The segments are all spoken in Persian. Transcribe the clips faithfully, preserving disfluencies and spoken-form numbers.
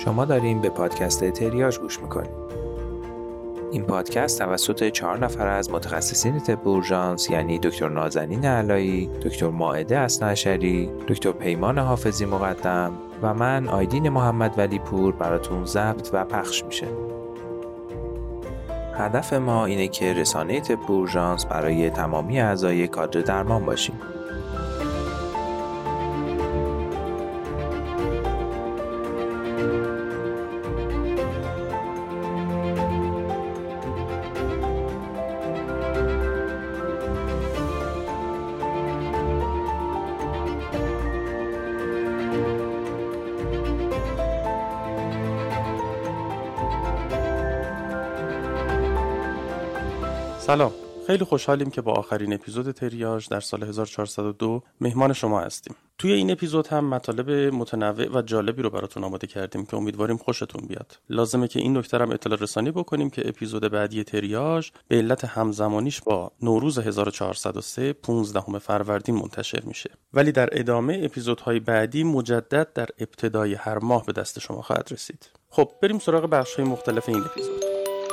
شما داریم به پادکست تریاج گوش میکنید. این پادکست توسط چهار نفر از متخصصین طب اورژانس یعنی دکتر نازنین علایی، دکتر مائده اثناعشری، دکتر پیمان حافظی مقدم و من آیدین محمد ولی پور براتون ضبط و پخش میشه. هدف ما اینه که رسانه طب اورژانس برای تمامی اعضای کادر درمان باشیم. سلام، خیلی خوشحالیم که با آخرین اپیزود تریاج در سال هزار و چهارصد و دو مهمان شما هستیم. توی این اپیزود هم مطالب متنوع و جالبی رو براتون آماده کردیم که امیدواریم خوشتون بیاد. لازمه که این نکته هم اطلاع رسانی بکنیم که اپیزود بعدی تریاج به علت همزمانیش با نوروز هزار و چهارصد و سه پانزدهم فروردین منتشر میشه. ولی در ادامه اپیزودهای بعدی مجدد در ابتدای هر ماه به دست شما خواهد رسید. خب بریم سراغ بخش‌های مختلف این اپیزود.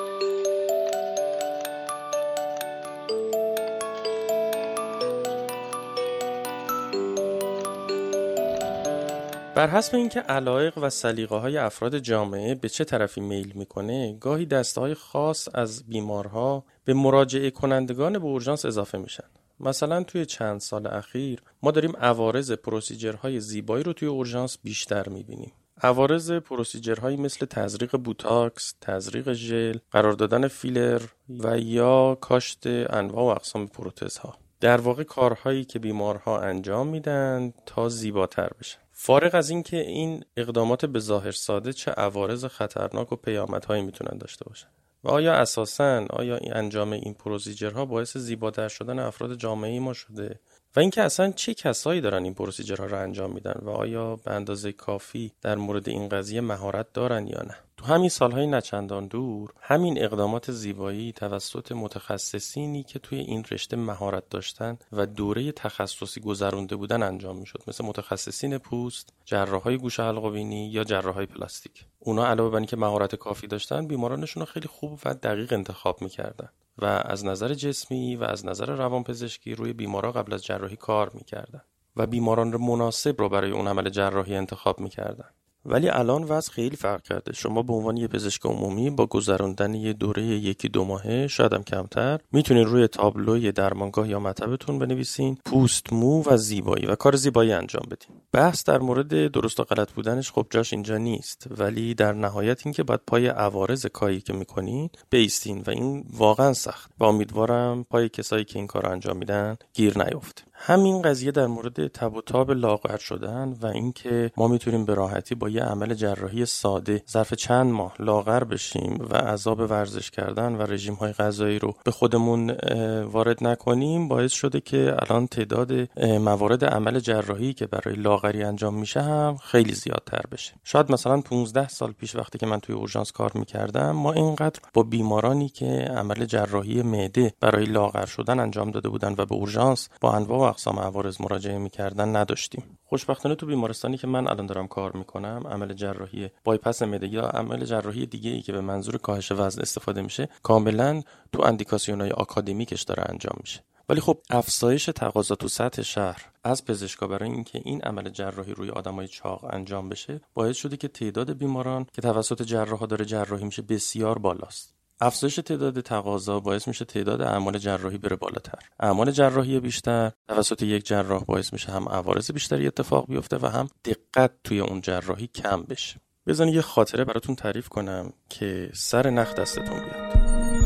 بر حسب اینکه علایق و سلیقه‌های افراد جامعه به چه طرفی میل میکنه، گاهی دسته‌های خاص از بیمارها به مراجعه کنندگان به اورژانس اضافه میشن. مثلا توی چند سال اخیر ما داریم عوارض پروسیجرهای زیبایی رو توی اورژانس بیشتر میبینیم. عوارض پروسیجرهایی مثل تزریق بوتاکس، تزریق ژل، قرار دادن فیلر و یا کاشت انواع و اقسام پروتزها. در واقع کارهایی که بیمارها انجام میدن تا زیباتر بشن. فارغ از این که این اقدامات به ظاهر ساده چه عوارض خطرناک و پیامدهایی میتونن داشته باشن و آیا اساساً آیا این انجام این پروسیجرها باعث زیباتر شدن افراد جامعه ما شده و اینکه اصلا چه کسایی دارن این پروسیجرها رو انجام میدن و آیا به اندازه کافی در مورد این قضیه مهارت دارن یا نه. تو همین سالهای نچندان دور همین اقدامات زیبایی توسط متخصصینی که توی این رشته مهارت داشتن و دوره تخصصی گذرونده بودن انجام میشد، مثل متخصصین پوست، جراحای گوش حلق بینی یا جراحای پلاستیک. اونا علاوه بر اینکه مهارت کافی داشتن، بیمارانشون رو خیلی خوب و دقیق انتخاب میکردن و از نظر جسمی و از نظر روانپزشکی روی بیمارا قبل از جراحی کار میکردن و بیماران رو مناسب رو برای اون عمل جراحی انتخاب میکردن. ولی الان وضع خیلی فرق کرده. شما به عنوان یه پزشک عمومی با گذراندن یه دوره یکی دو ماهه، شاید هم کمتر، میتونین روی تابلوی درمانگاه یا مطبتون بنویسین پوست، مو و زیبایی و کار زیبایی انجام بدین. بحث در مورد درست و غلط بودنش خب جاش اینجا نیست، ولی در نهایت این که باید پای عوارض کاری که میکنین بایستین و این واقعا سخت و امیدوارم پای کسایی که این کار انجام میدن گیر نیفته. همین قضیه در مورد تب و تاب لاغر شدن و اینکه ما میتونیم به راحتی با یه عمل جراحی ساده ظرف چند ماه لاغر بشیم و عذاب ورزش کردن و رژیم‌های غذایی رو به خودمون وارد نکنیم باعث شده که الان تعداد موارد عمل جراحی که برای لاغری انجام میشه هم خیلی زیادتر بشه. شاید مثلا پانزده سال پیش وقتی که من توی اورژانس کار میکردم ما اینقدر با بیمارانی که عمل جراحی معده برای لاغر شدن انجام داده بودن و به اورژانس با انواع اقسام عوارض مراجعه می‌کردن نداشتیم. خوشبختانه تو بیمارستانی که من الان دارم کار می‌کنم عمل جراحی بایپاس معده یا عمل جراحی دیگه‌ای که به منظور کاهش وزن استفاده میشه کاملا تو اندیکاسیون‌های آکادمیکش داره انجام میشه. ولی خب افزایش تقاضا تو سطح شهر از پزشکا برای اینکه این عمل جراحی روی آدمای چاق انجام بشه باعث شده که تعداد بیماران که توسط جراحا داره جراحی میشه بسیار بالاست. افزایش تعداد تقاضا باعث میشه تعداد اعمال جراحی بره بالاتر. اعمال جراحی بیشتر توسط یک جراح باعث میشه هم عوارض بیشتری اتفاق بیفته و هم دقت توی اون جراحی کم بشه. بذارید یه خاطره براتون تعریف کنم که سر نخ دستتون بیاد.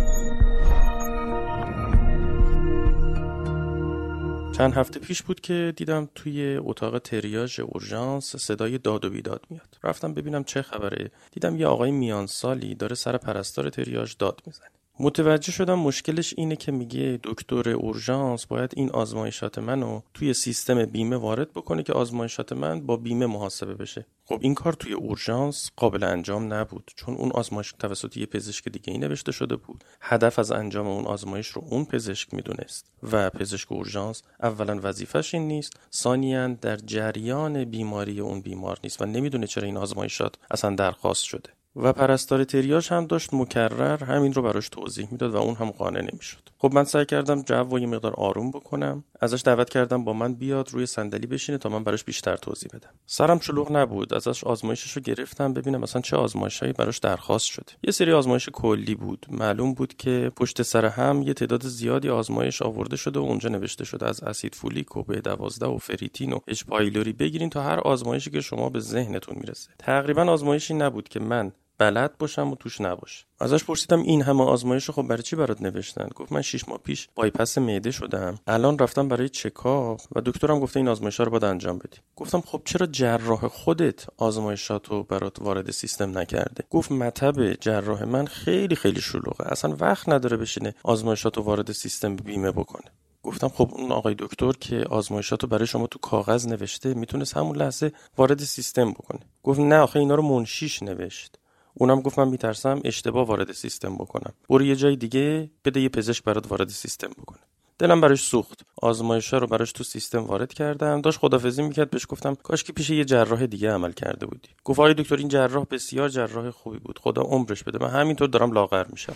چند هفته پیش بود که دیدم توی اتاق تریاژ اورژانس صدای داد و بیداد میاد. رفتم ببینم چه خبره. دیدم یه آقای میان سالی داره سر پرستار تریاژ داد میزنه. متوجه شدم مشکلش اینه که میگه دکتر اورژانس باید این آزمایشات منو توی سیستم بیمه وارد بکنه که آزمایشات من با بیمه محاسبه بشه. خب این کار توی اورژانس قابل انجام نبود، چون اون آزمایش توسط یه پزشک دیگه ای نوشته شده بود. هدف از انجام اون آزمایش رو اون پزشک میدونست و پزشک اورژانس اولا وظیفش این نیست، ثانیاً در جریان بیماری اون بیمار نیست و نمیدونه چرا این آزمایشات اصلا درخواست شده. و پرستار تریاج هم داشت مکرر همین رو براش توضیح میداد و اون هم قانع نمیشد. خب من سعی کردم جو و یه مقدار آروم بکنم، ازش دعوت کردم با من بیاد روی صندلی بشینه تا من براش بیشتر توضیح بدم. سرم شلوغ نبود، ازش آزمایشش رو گرفتم ببینم مثلا چه آزمایشایی براش درخواست شده. یه سری آزمایش کلی بود، معلوم بود که پشت سر هم یه تعداد زیادی آزمایش آورده شده و اونجا نوشته شده از اسید فولیک و بی دوازده و فریتین و اچ پایلوری بگیرین تا هر آزمایشی که شما به ذهنتون میرسه. تقریبا آزمایشی نبود که من بلد باشم و توش نباشه. ازش پرسیدم این همه آزمایش خب برای چی برات نوشتن؟ گفت من شش ماه پیش بایپس معده شدم، الان رفتم برای چکاپ و دکترم گفته این آزمایشا رو باید انجام بدی. گفتم خب چرا جراح خودت آزمایشاتو برات وارد سیستم نکرده؟ گفت مطب جراح من خیلی خیلی شلوغه، اصلا وقت نداره بشینه آزمایشاتو وارد سیستم بیمه بکنه. گفتم خب اون آقای دکتر که آزمایشاتو برای شما تو کاغذ نوشته میتونست همون لحظه وارد سیستم بکنه. گفت نه آخه اینا رو منشیش نوشت. اونم گفت من میترسم اشتباه وارد سیستم بکنم، برو یه جای دیگه بده یه پزشک برات وارد سیستم بکنه. دلم براش سوخت، آزمایشا رو براش تو سیستم وارد کردم. داشت خدافظی میکرد، بهش گفتم کاش که پیش یه جراح دیگه عمل کرده بودی. گفت آقای دکتر این جراح بسیار جراح خوبی بود، خدا عمرش بده، من همینطور دارم لاغر میشم.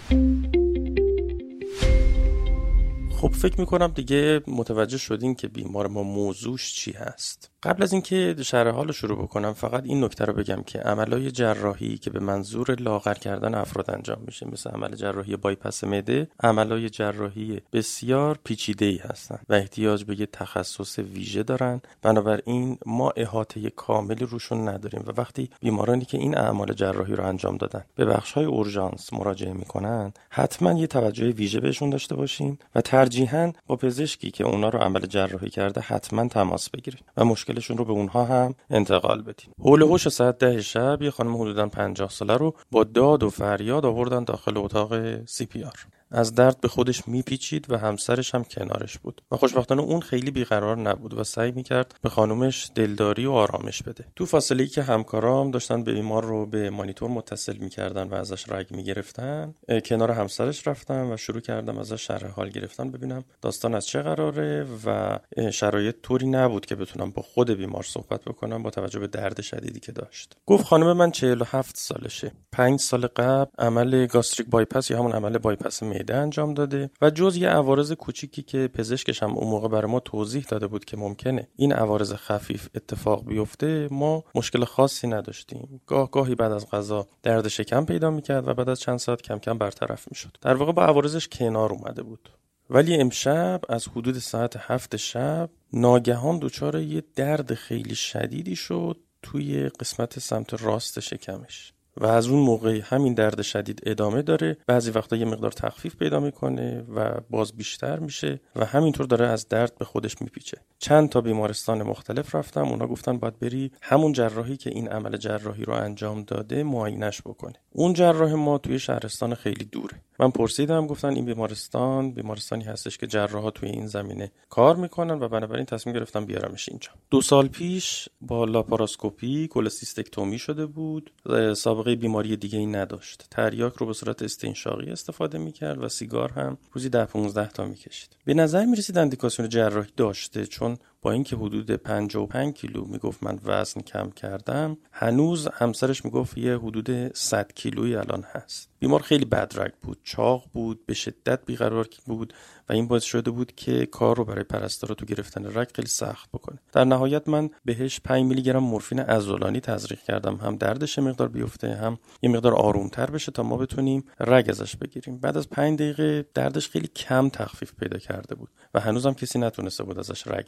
خب فکر میکنم دیگه متوجه شدین که بیمار ما موضوعش چی هست. قبل از اینکه شرح حال رو شروع بکنم فقط این نکته رو بگم که عملای جراحی که به منظور لاغر کردن افراد انجام میشه، مثل عمل جراحی بایپس معده، عملای جراحی بسیار پیچیده‌ای هستن و احتیاج به یه تخصص ویژه دارن، بنابراین ما احاطه کاملی روشون نداریم و وقتی بیمارانی که این اعمال جراحی رو انجام دادن به بخش‌های اورژانس مراجعه میکنن حتما یه توجه ویژه بهشون داشته باشین و ترجیحاً با پزشکی که اونا رو عمل جراحی کرده حتما تماس بگیرید و مشکلشون رو به اونها هم انتقال بدین. حول و حوش ساعت ده شب یه خانم حدوداً پنجاه ساله رو با داد و فریاد آوردن داخل اتاق سی پی آر. از درد به خودش میپیچید و همسرش هم کنارش بود و خوشبختانه اون خیلی بیقرار نبود و سعی میکرد به خانومش دلداری و آرامش بده. تو فاصله‌ای که همکارام داشتن به بیمار رو به مانیتور متصل میکردن و ازش رگ میگرفتن، کنار همسرش رفتم و شروع کردم ازش شرح حال گرفتن ببینم داستان از چه قراره و شرایط طوری نبود که بتونم با خود بیمار صحبت بکنم با توجه به درد شدیدی که داشت. گفت خانم من چهل و هفت سالشه، پنج سال قبل عمل گاستریک بایپس یا همون عمل بایپس معده انجام داده و جز یه عوارض کوچیکی که پزشکش هم اون موقع برای ما توضیح داده بود که ممکنه این عوارض خفیف اتفاق بیفته، ما مشکل خاصی نداشتیم. گاه گاهی بعد از غذا درد شکم پیدا میکرد و بعد از چند ساعت کم کم برطرف میشد. در واقع با عوارضش کنار اومده بود. ولی امشب از حدود ساعت هفت شب ناگهان دچار یه درد خیلی شدیدی شد توی قسمت سمت راست شکمش و از اون موقع همین درد شدید ادامه داره، بعضی وقتا یه مقدار تخفیف پیدا میکنه و باز بیشتر میشه و همینطور داره از درد به خودش میپیچه. چند تا بیمارستان مختلف رفتم، اونا گفتن باید بری همون جراحی که این عمل جراحی رو انجام داده معاینش بکنه. اون جراح ما توی شهرستان خیلی دوره. من پرسیدم، گفتن این بیمارستان بیمارستانی هستش که جراحا توی این زمینه کار میکنن و بنابراین تصمیم گرفتم بیارمش اینجا. دو سال پیش با لاپاراسکوپی کولسیستکتومی شده بود، سابقه بیماری دیگه ای نداشت. تریاک رو به صورت استنشاقی استفاده میکرد و سیگار هم روزی ده پانزده تا میکشید. به نظر میرسید اندیکاسیون جراحی داشته، چون با اینکه حدود پنجاه و پنج کیلو میگفت من وزن کم کردم، هنوز همسرش میگفت یه حدود صد کیلویی الان هست. بیمار خیلی بدرگ بود، چاق بود، به شدت بیقرار بود و این باعث شده بود که کار رو برای پرستارا تو گرفتن رگ خیلی سخت بکنه. در نهایت من بهش پنج میلی گرم مورفین عضلانی تزریق کردم، هم دردش مقدار بیفته هم یه مقدار آرومتر بشه تا ما بتونیم رگ ازش بگیریم. بعد از پنج دقیقه دردش خیلی کم تخفیف پیدا کرده بود و هنوزم کسی نتونسته بود ازش رگ بگیره.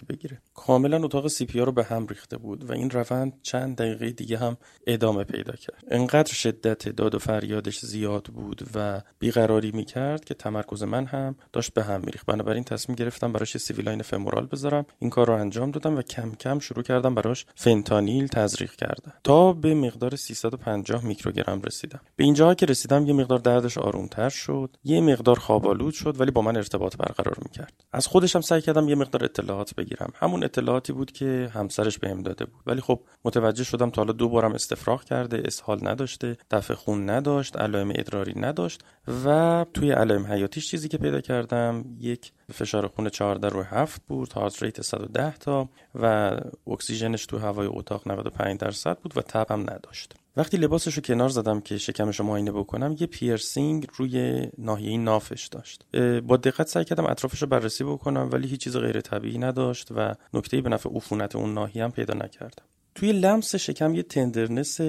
کاملا اتاق سی پی آر رو به هم ریخته بود و این روند چند دقیقه دیگه هم ادامه پیدا کرد. انقدر شدت داد و فریادش زیاد بود و بیقراری میکرد که تمرکز من هم داشت به هم میریخت. بنابراین تصمیم گرفتم براش سیویلاین فمورال بذارم. این کار رو انجام دادم و کم کم شروع کردم براش فنتانیل تزریق کردم تا به مقدار سیصد و پنجاه میکروگرم رسیدم. به اینجا که رسیدم یه مقدار دردش آرومتر شد، یه مقدار خواب‌آلود شد، ولی با من ارتباط برقرار میکرد. از خودش هم سعی کردم یه مقدار اطلاعات بگیرم. همون اطلاعاتی بود که همسرش بهم داده بود، ولی خب متوجه شدم تا حالا دو بارم استفراغ کرده، اسهال نداشته، دفع خون نداشت، علائم ادراری نداشت و توی علائم حیاتیش چیزی که پیدا کردم یک فشار خون چهارده روی هفت بود، هارت ریت صد و ده تا و اکسیژنش تو هوای اتاق نود و پنج درصد بود و تب هم نداشت. وقتی لباسش رو کنار زدم که شکمش رو معاینه بکنم، یه پیرسینگ روی ناحیه نافش داشت. با دقت سعی کردم اطرافش رو بررسی بکنم، ولی هیچ چیز غیر طبیعی نداشت و نکته‌ای به نفع عفونت اون ناحیه هم پیدا نکردم. توی لمس شکم یه تندرنس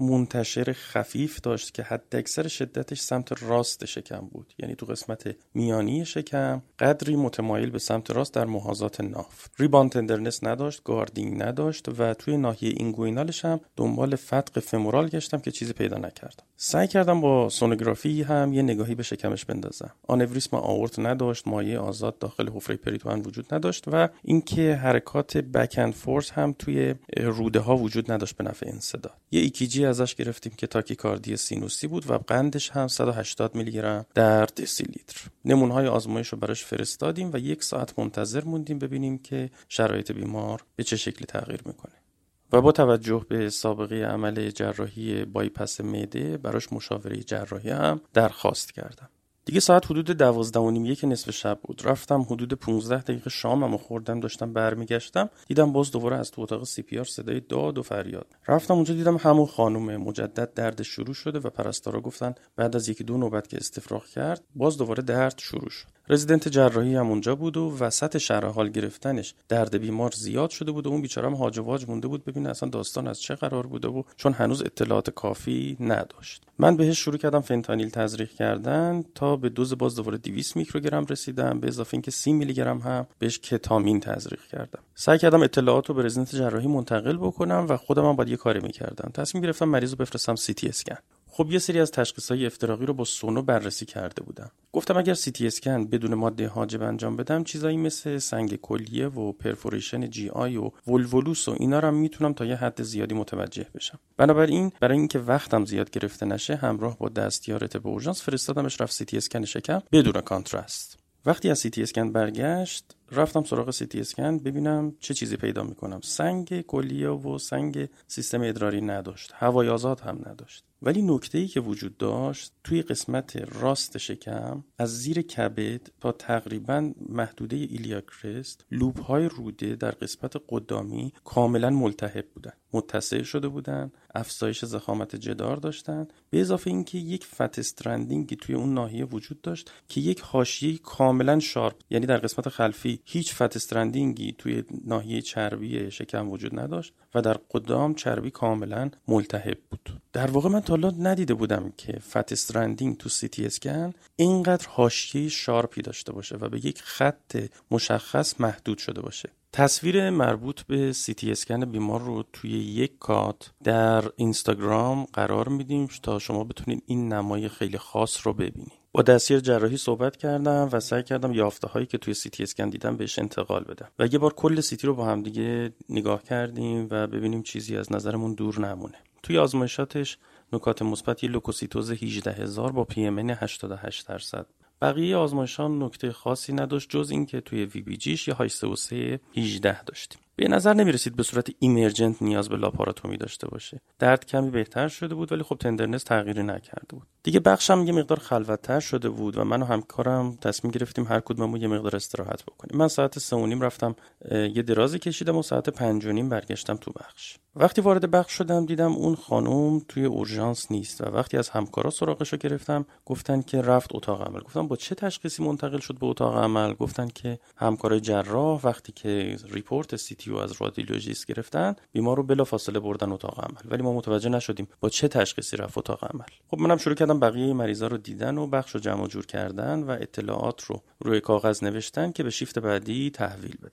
منتشر خفیف داشت که حد اکثر شدتش سمت راست شکم بود، یعنی تو قسمت میانی شکم قدری متمایل به سمت راست در محاذات ناف. ریبان تندرنس نداشت، گاردینگ نداشت و توی ناحیه اینگوینالش هم دنبال فتق فمورال گشتم که چیزی پیدا نکردم. سعی کردم با سونوگرافی هم یه نگاهی به شکمش بندازم. آنوریسم آورت نداشت، مایع آزاد داخل حفره پریتوان وجود نداشت و اینکه حرکات بک اند فورس هم توی روده ها وجود نداشت به نفع انسداد. یه ایکیجی ازش گرفتیم که تاکیکاردی سینوسی بود و قندش هم صد و هشتاد میلی گرم در دسی لیتر. نمونه‌های آزمایش رو براش فرستادیم و یک ساعت منتظر موندیم ببینیم که شرایط بیمار به چه شکلی تغییر میکنه. و با توجه به سابقه عمل جراحی بایپس معده براش مشاوره جراحی هم درخواست کردم. دیگه ساعت حدود دوازده و نیم یک نصف شب بود. رفتم حدود پانزده دقیقه شاممو خوردم، داشتم برمیگشتم دیدم باز دوباره از تو اتاق سی پی آر صدای داد و فریاد. رفتم اونجا دیدم همون خانومه مجدد درد شروع شده و پرستارا گفتن بعد از یکی دو نوبت که استفراغ کرد باز دوباره درد شروع شد. رزیدنت جراحی هم اونجا بود و وسط شرح حال گرفتنش درد بیمار زیاد شده بود و اون بیچاره هم هاج و واج مونده بود ببینه اصلا داستان از چه قرار بوده و چون هنوز اطلاعات کافی نداشت. من بهش شروع کردم فنتانیل تزریق کردن تا به دوز باز دوباره دویست میکروگرم رسیدم، به اضافه اینکه سی میلی گرم هم بهش کتامین تزریق کردم. سعی کردم اطلاعات رو به رزیدنت جراحی منتقل بکنم و خودم هم باید یه کاری می‌کردم. تصمیم گرفتم مریض رو بفرستم سی تی اسکن. خب یه سری از تشخیص‌های افتراقی رو با سونو بررسی کرده بودم. گفتم اگر سی تی اسکن بدون ماده حاجب انجام بدم چیزایی مثل سنگ کلیه و پرفوریشن جی آی و ولولوس و اینا رو هم میتونم تا یه حد زیادی متوجه بشم. بنابراین برای اینکه وقتم زیاد گرفته نشه همراه با دستیار طب اورژانس فرستادمش رفت سی تی اسکن شکم بدون کانتراست. وقتی از سی تی اسکن برگشت رفتم سراغ سی تی اسکن ببینم چه چیزی پیدا میکنم. سنگ کلیه و سنگ سیستم ادراری نداشت، هوای آزاد هم نداشت. ولی نکته‌ای که وجود داشت توی قسمت راست شکم از زیر کبد تا تقریباً محدوده ایلیاک کرست لوب‌های روده در قسمت قدامی کاملاً ملتهب بودن، متسع شده بودن، افزایش ضخامت جدار داشتن، به اضافه اینکه یک فت استرندینگی توی اون ناحیه وجود داشت که یک حاشیه کاملاً شارپ، یعنی در قسمت خلفی هیچ فت استرندینگی توی ناحیه چربی شکم وجود نداشت و در قدام چربی کاملاً ملتهب بود. در واقع من تا حالا ندیده بودم که فت استرندینگ تو سی تی اسکن اینقدر حاشیه شارپی داشته باشه و به یک خط مشخص محدود شده باشه. تصویر مربوط به سی تی اسکن بیمار رو توی یک کات در اینستاگرام قرار میدیم تا شما بتونید این نمای خیلی خاص رو ببینید. با دستیار جراحی صحبت کردم و سعی کردم یافته هایی که توی سی تی اسکن دیدم بهش انتقال بدم و یه بار کل سی تی رو با هم دیگه نگاه کردیم و ببینیم چیزی از نظرمون دور نمونه. توی آزمایشاتش نکات مثبت یه لوکوسیتوز هجده هزار با پی ام ان هشتاد و هشت درصد. بقیه آزمایشان نکته خاصی نداشت جز این که توی وی بی جیش یه های سه و سه هجده داشتیم. به نظر نمیرسید به صورت ایمرجنت نیاز به لاپاراتومی داشته باشه. درد کمی بهتر شده بود ولی خب تندرنس تغییری نکرده بود. دیگه بخشم یه مقدار خلوت‌تر شده بود و من و همکارم تصمیم گرفتیم هر کدوممون یه مقدار استراحت بکنیم. من ساعت سه و نیم رفتم یه درازی کشیدم و ساعت پنج و نیم برگشتم تو بخش. وقتی وارد بخش شدم دیدم اون خانم توی اورژانس نیست و وقتی از همکارا سراغشو گرفتم گفتن که رفت اتاق عمل. گفتم با چه تشخیصی منتقل شد به اتاق عمل؟ گفتن که همکارای جراح وقتی که ریپورت سی تی او از رادیولوژیست گرفتن بیمار رو بلافاصله بردن اتاق عمل، ولی ما متوجه نشدیم با چه تشخیصی رفت اتاق عمل. خب منم شروع کردم بقیه مریضا رو دیدن و بخشو جمع و جور کردن و اطلاعات رو روی کاغذ نوشتن که به شیفت بعدی تحویل بدم.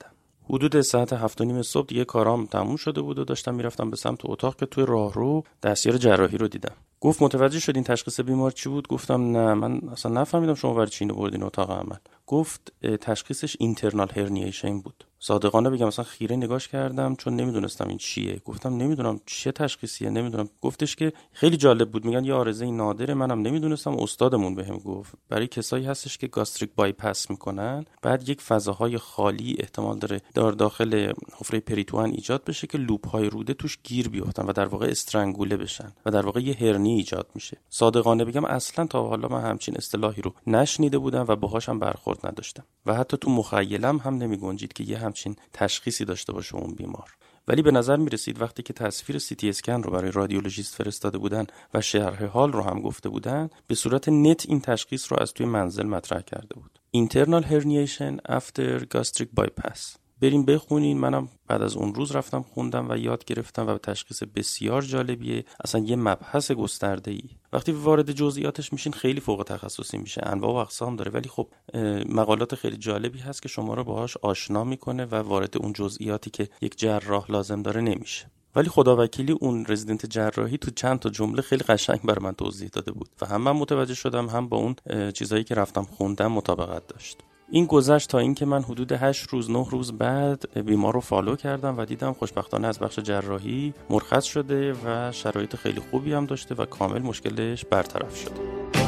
حدود ساعت هفت و نیم صبح دیگه کارام تموم شده بود و داشتم میرفتم به سمت اتاق که توی راهرو دستیار جراحی رو دیدم. گفت متوجه شدین تشخیص بیمار چی بود؟ گفتم نه، من اصلا نفهمیدم شما برای چی اینو بردین اتاق عمل. گفت تشخیصش اینترنال هرنییشن بود. صادقانه بگم مثلا خیره نگاش کردم چون نمیدونستم این چیه. گفتم نمیدونم چه تشخیصیه، نمیدونم. گفتش که خیلی جالب بود، میگن یه عارضه نادره، منم نمیدونستم، استادمون بهم گفت برای کسایی هستش که گاستریک بایپاس میکنن بعد یک فضاهای خالی احتمال داره در داخل حفره پریتوان ایجاد بشه که لوپ‌های روده توش گیر بیافتن و در واقع استرنگوله بشن و در واقع یه هرنی ایجاد میشه. صادقانه بگم اصلا تا حالا من همچین اصطلاحی رو نشنیده بودم و باهاشم برخورد نداشتم و حتی تو مخیلم هم نمیگنجید که یه همچین تشخیصی داشته باشه اون بیمار. ولی به نظر می رسید وقتی که تصویر سی تی اسکن رو برای رادیولوژیست فرستاده بودن و شرح حال رو هم گفته بودن، به صورت نت این تشخیص رو از توی منزل مطرح کرده بود. Internal herniation after gastric bypass. بریم بخونین. منم بعد از اون روز رفتم خوندم و یاد گرفتم و به تشخیص بسیار جالبیه، اصلا یه مبحث گسترده‌ای. وقتی وارد جزئیاتش میشین خیلی فوق تخصصی میشه، انواع و اقسام داره، ولی خب مقالات خیلی جالبی هست که شما رو باهاش آشنا میکنه و وارد اون جزئیاتی که یک جراح لازم داره نمیشه. ولی خداوکیلی اون رزیدنت جراحی تو چند تا جمله خیلی قشنگ برای من توضیح داده بود و هم من متوجه شدم هم با اون چیزایی که رفتم خوندم مطابقت داشت. این گذشت تا اینکه من حدود هشت روز نه روز بعد بیمار رو فالو کردم و دیدم خوشبختانه از بخش جراحی مرخص شده و شرایط خیلی خوبی هم داشته و کامل مشکلش برطرف شده.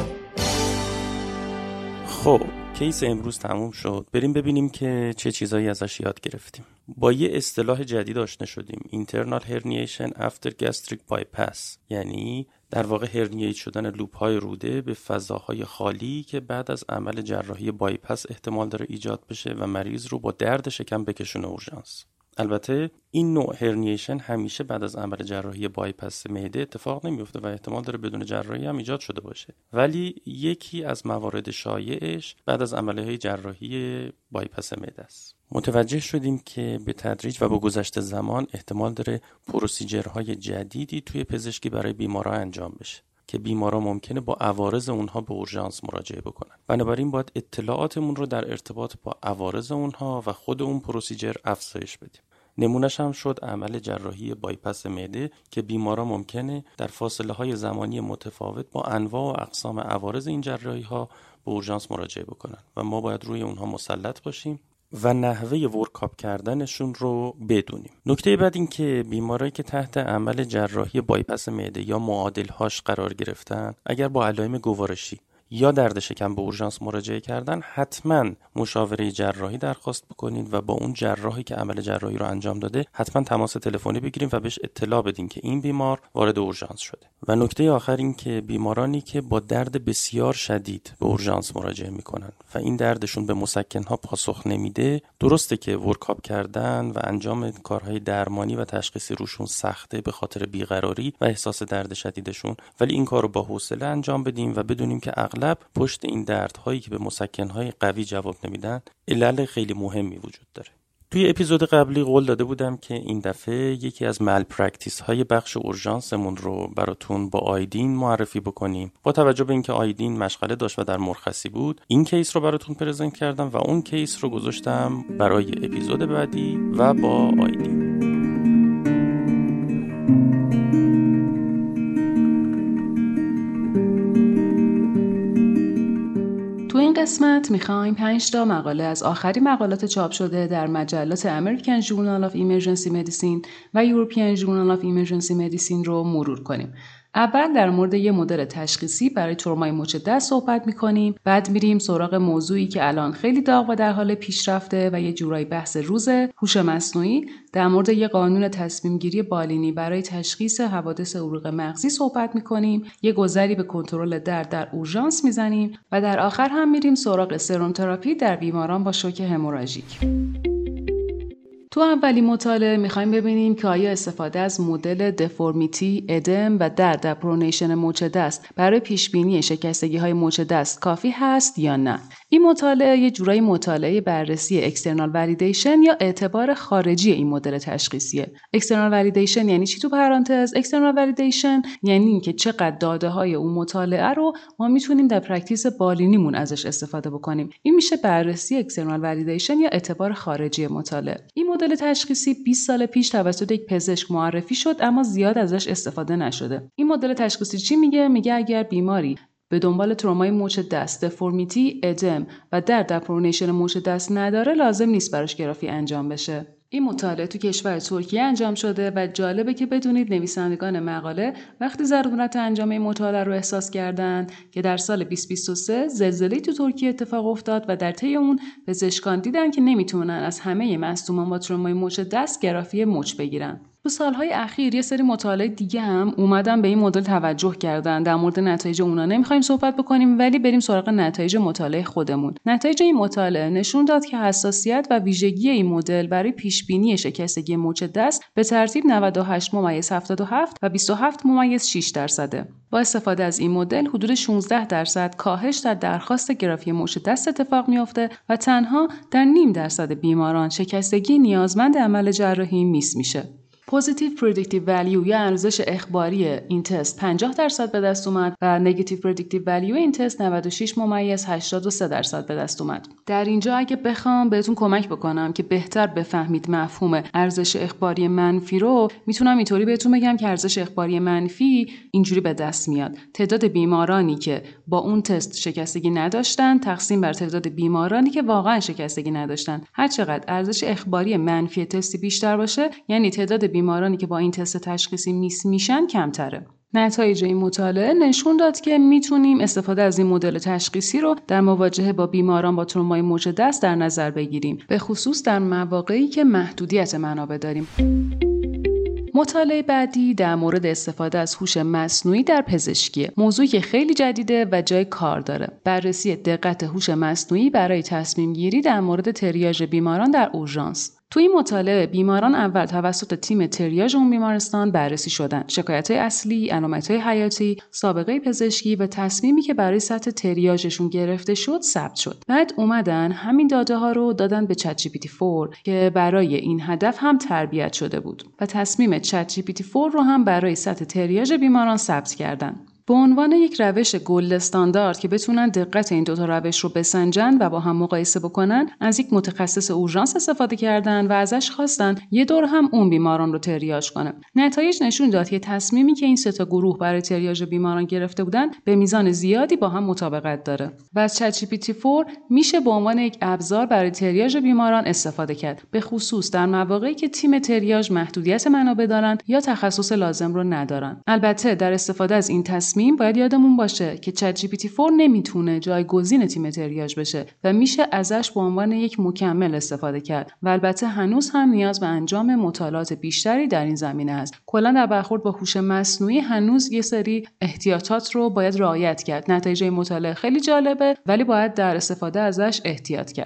خب کیس امروز تموم شد. بریم ببینیم که چه چیزایی ازش یاد گرفتیم. با یه اصطلاح جدید آشنا شدیم، Internal Herniation After Gastric Bypass، یعنی در واقع هرنییت شدن لوپ‌های روده به فضاهای خالی که بعد از عمل جراحی بایپاس احتمال داره ایجاد بشه و مریض رو با درد شکم بکشونه اورژانس. البته این نوع هرنییشن همیشه بعد از عمل جراحی بایپاس معده اتفاق نمیفته و احتمال داره بدون جراحی هم ایجاد شده باشه، ولی یکی از موارد شایعش بعد از عملیات جراحی بایپاس معده است. متوجه شدیم که به تدریج و با گذشت زمان احتمال داره پروسیجرهای جدیدی توی پزشکی برای بیماران انجام بشه که بیمارا ممکنه با عوارض اونها به اورژانس مراجعه بکنن. بنابراین باید اطلاعاتمون رو در ارتباط با عوارض اونها و خود اون پروسیجر افزایش بدیم. نمونهش هم شد عمل جراحی بایپاس معده که بیمارا ممکنه در فاصله های زمانی متفاوت با انواع و اقسام عوارض این جراحی ها به اورژانس مراجعه بکنن و ما باید روی اونها مسلط باشیم و نحوه ورکاپ کردنشون رو بدونیم. نکته بعد این که بیمارایی که تحت عمل جراحی بایپاس معده یا معادل‌هاش قرار گرفتن، اگر با علائم گوارشی یا درد شکم به اورژانس مراجعه کردن، حتما مشاوره جراحی درخواست بکنین و با اون جراحی که عمل جراحی رو انجام داده حتما تماس تلفنی بگیریم و بهش اطلاع بدین که این بیمار وارد اورژانس شده. و نکته آخر این که بیمارانی که با درد بسیار شدید به اورژانس مراجعه میکنن و این دردشون به مسکن‌ها پاسخ نمیده، درسته که ورکاپ کردن و انجام کارهای درمانی و تشخیصی روشون سخته به خاطر بیقراری و احساس درد شدیدشون، ولی این کارو با حوصله انجام بدیم و بدونیم که اغلب پشت این دردهایی که به مسکن‌های قوی جواب نمیدن علل خیلی مهمی وجود داره. توی اپیزود قبلی قول داده بودم که این دفعه یکی از مال پرکتیس های بخش اورژانسمون رو براتون با آیدین معرفی بکنیم. با توجه به اینکه آیدین مشغله داشت و در مرخصی بود، این کیس رو براتون پرزنت کردم و اون کیس رو گذاشتم برای اپیزود بعدی و با آیدین. تو این قسمت میخوایم پنج تا مقاله از آخرین مقالات چاپ شده در مجلات American Journal of Emergency Medicine و European Journal of Emergency Medicine رو مرور کنیم. اول در مورد یه مدل تشخیصی برای ترومای مچ دست صحبت میکنیم، بعد میریم سراغ موضوعی که الان خیلی داغ و در حال پیشرفته و یه جورایی بحث روزه، هوش مصنوعی. در مورد یه قانون تصمیم گیری بالینی برای تشخیص حوادث عروق مغزی صحبت میکنیم، یه گذری به کنترل درد در اورژانس میزنیم و در آخر هم میریم سراغ سرم تراپی در بیماران با شوک هموراژیک. تو اولین مطالعه میخوایم ببینیم که آیا استفاده از مدل دفورمیتی، ادم و درد در پرونیشن مچ دست برای پیشبینی شکستگی‌های مچ دست کافی هست یا نه. این مطالعه یه جورایی مطالعه بررسی اکسترنال والیدیشن یا اعتبار خارجی این مدل تشخیصیه. اکسترنال والیدیشن یعنی چی تو پرانتز؟ اکسترنال والیدیشن یعنی اینکه چقدر داده های اون مطالعه رو ما میتونیم در پرکتیس بالینیمون ازش استفاده بکنیم. این میشه بررسی اکسترنال والیدیشن یا اعتبار خارجی مطالعه. این مدل تشخیصی بیست سال پیش توسط یک پزشک معرفی شد اما زیاد ازش استفاده نشده. این مدل تشخیصی چی میگه؟ میگه اگر بیماری به دنبال ترومای مچ دست، دفورمیتی، ادم و درد در پرونیشن مچ دست نداره، لازم نیست براش گرافی انجام بشه. این مطالعه تو کشور ترکیه انجام شده و جالبه که بدونید نویسندگان مقاله وقتی ضرورت انجام این مطالعه رو احساس کردند که در سال بیست بیست و سه زلزله‌ای تو ترکیه اتفاق افتاد و در طی اون پزشکان دیدن که نمیتونن از همه مصدومان با ترومای مچ دست گرافی مچ بگیرن. تو سالهای اخیر یه سری مطالعه دیگه هم اومدن به این مدل توجه کردن. در مورد نتایج اونا نمیخوایم صحبت بکنیم ولی بریم سراغ نتایج مطالعه خودمون. نتایج این مطالعه نشون داد که حساسیت و ویژگی این مدل برای پیش بینی شکستگی مچ دست به ترتیب نود و هشت ممیز هفتاد و هفت و بیست و هفت ممیز شش درصده. با استفاده از این مدل حدود شانزده درصد کاهش در درخواست گرافی مچ دست اتفاق میفته و تنها در نیم درصد بیماران شکستگی نیازمند عمل جراحی میس میشه. پوزیتیو پردیکتیو ولیو یا ارزش اخباری این تست پنجاه درصد به دست اومد و نگاتیو پردیکتیو ولیو این تست نود و شش ممیز هشتاد و سه درصد به دست اومد. در اینجا اگه بخوام بهتون کمک بکنم که بهتر بفهمید مفهوم ارزش اخباری منفی رو، میتونم اینطوری بهتون بگم که ارزش اخباری منفی اینجوری به دست میاد: تعداد بیمارانی که با اون تست شکستگی نداشتن تقسیم بر تعداد بیمارانی که واقعا شکستگی نداشتن. هر چقدر ارزش اخباری منفی تستی بیشتر باشه، یعنی تعداد بیمارانی که با این تست تشخیصی میس میشن کمتره. نتایج این مطالعه نشون داد که میتونیم استفاده از این مدل تشخیصی رو در مواجهه با بیماران با ترومای مچ دست در نظر بگیریم، به خصوص در مواقعی که محدودیت منابع داریم. مطالعه بعدی در مورد استفاده از هوش مصنوعی در پزشکی، موضوعی که خیلی جدیده و جای کار داره. بررسی دقت هوش مصنوعی برای تصمیم گیری در مورد تریاژ بیماران در اورژانس. تو این مطالعه بیماران اول توسط تیم تریاژ اون بیمارستان بررسی شدن. شکایت‌های اصلی، علامت‌های حیاتی، سابقه پزشکی و تصمیمی که برای سطح تریاژشون گرفته شد ثبت شد. بعد اومدن همین داده ها رو دادن به چت جی پی تی چهار که برای این هدف هم تربیت شده بود و تصمیم چت جی پی تی چهار رو هم برای سطح تریاژ بیماران ثبت کردن. به عنوان یک روش گلد استاندارد که بتونن دقت این دوتا روش رو بسنجن و با هم مقایسه بکنن، از یک متخصص اورژانس استفاده کردن و ازش خواستن یه دور هم اون بیماران رو تریاژ کنه. نتایج نشون داد که تصمیمی که این سه تا گروه برای تریاژ بیماران گرفته بودن به میزان زیادی با هم مطابقت داره. و از چت جی پی تی چهار میشه به عنوان یک ابزار برای تریاژ بیماران استفاده کرد، به خصوص در مواقعی که تیم تریاژ محدودیت منابع دارن یا تخصص لازم رو ندارن. البته در استفاده از این تصمیم باید یادمون باشه که چت جی پی تی چهار نمیتونه جایگزین تیم تریاژ بشه و میشه ازش به عنوان یک مکمل استفاده کرد و البته هنوز هم نیاز به انجام مطالعات بیشتری در این زمینه هست. کلا در برخورد با هوش مصنوعی هنوز یه سری احتیاطات رو باید رعایت کرد. نتایج این مطالعه خیلی جالبه ولی باید در استفاده ازش احتیاط کرد.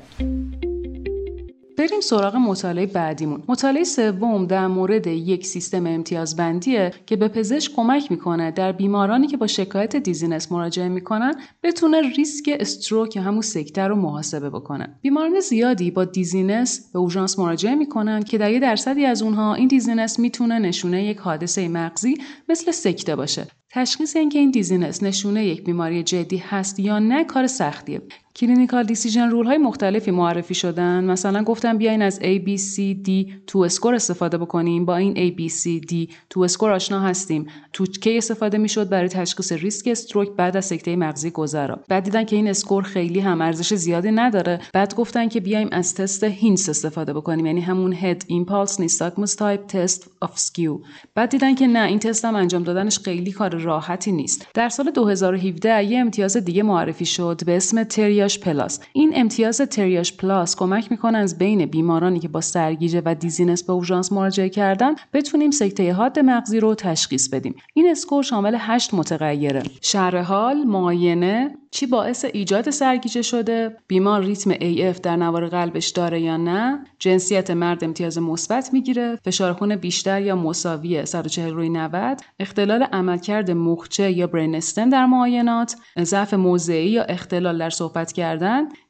بریم سراغ مطالعه بعدیمون. مطالعه سوم در مورد یک سیستم امتیازبندیه که به پزشک کمک میکنه در بیمارانی که با شکایت دیزینس مراجعه میکنن بتونه ریسک استروک یا همون سکته رو محاسبه بکنه. بیماران زیادی با دیزینس به اورژانس مراجعه میکنن که در یه درصدی از اونها این دیزینس میتونه نشونه یک حادثه مغزی مثل سکته باشه. تشخیص اینکه این دیزینس نشونه یک بیماری جدی هست یا نه کار سختیه. کلینیکال دیسیژن رول های مختلفی معرفی شدن. مثلا گفتم بیاین از A B C D تو اسکور استفاده بکنیم. با این A B C D تو اسکور آشنا هستیم. تو کی استفاده میشد برای تشخیص ریسک استروک بعد از سکته مغزی گذرا. بعد دیدن که این اسکور خیلی هم ارزش زیادی نداره. بعد گفتن که بیایم از تست هینس استفاده بکنیم، یعنی همون هد ایمپالس نیستاگموس تایپ تست اف سکیو. بعد دیدن که نه، این تست هم انجام دادنش خیلی کار راحتی نیست. در سال دو هزار و هفده یه امتیاز دیگه معرفی شد به اسم تریاژ پلاس. این امتیاز تریاژ پلاس کمک میکنه از بین بیمارانی که با سرگیجه و دیزینس به اورژانس مراجعه کردن بتونیم سکته حاد مغزی رو تشخیص بدیم. این اسکور شامل هشت متغیره: شرح حال، معاینه، چی باعث ایجاد سرگیجه شده، بیمار ریتم ای اف در نوار قلبش داره یا نه، جنسیت مرد امتیاز مثبت میگیره، فشار خون بیشتر یا مساوی صد و چهل روی نود، اختلال عملکرد مخچه یا برین استم در معاینات، ضعف موضعی یا اختلال در صحبت کردن،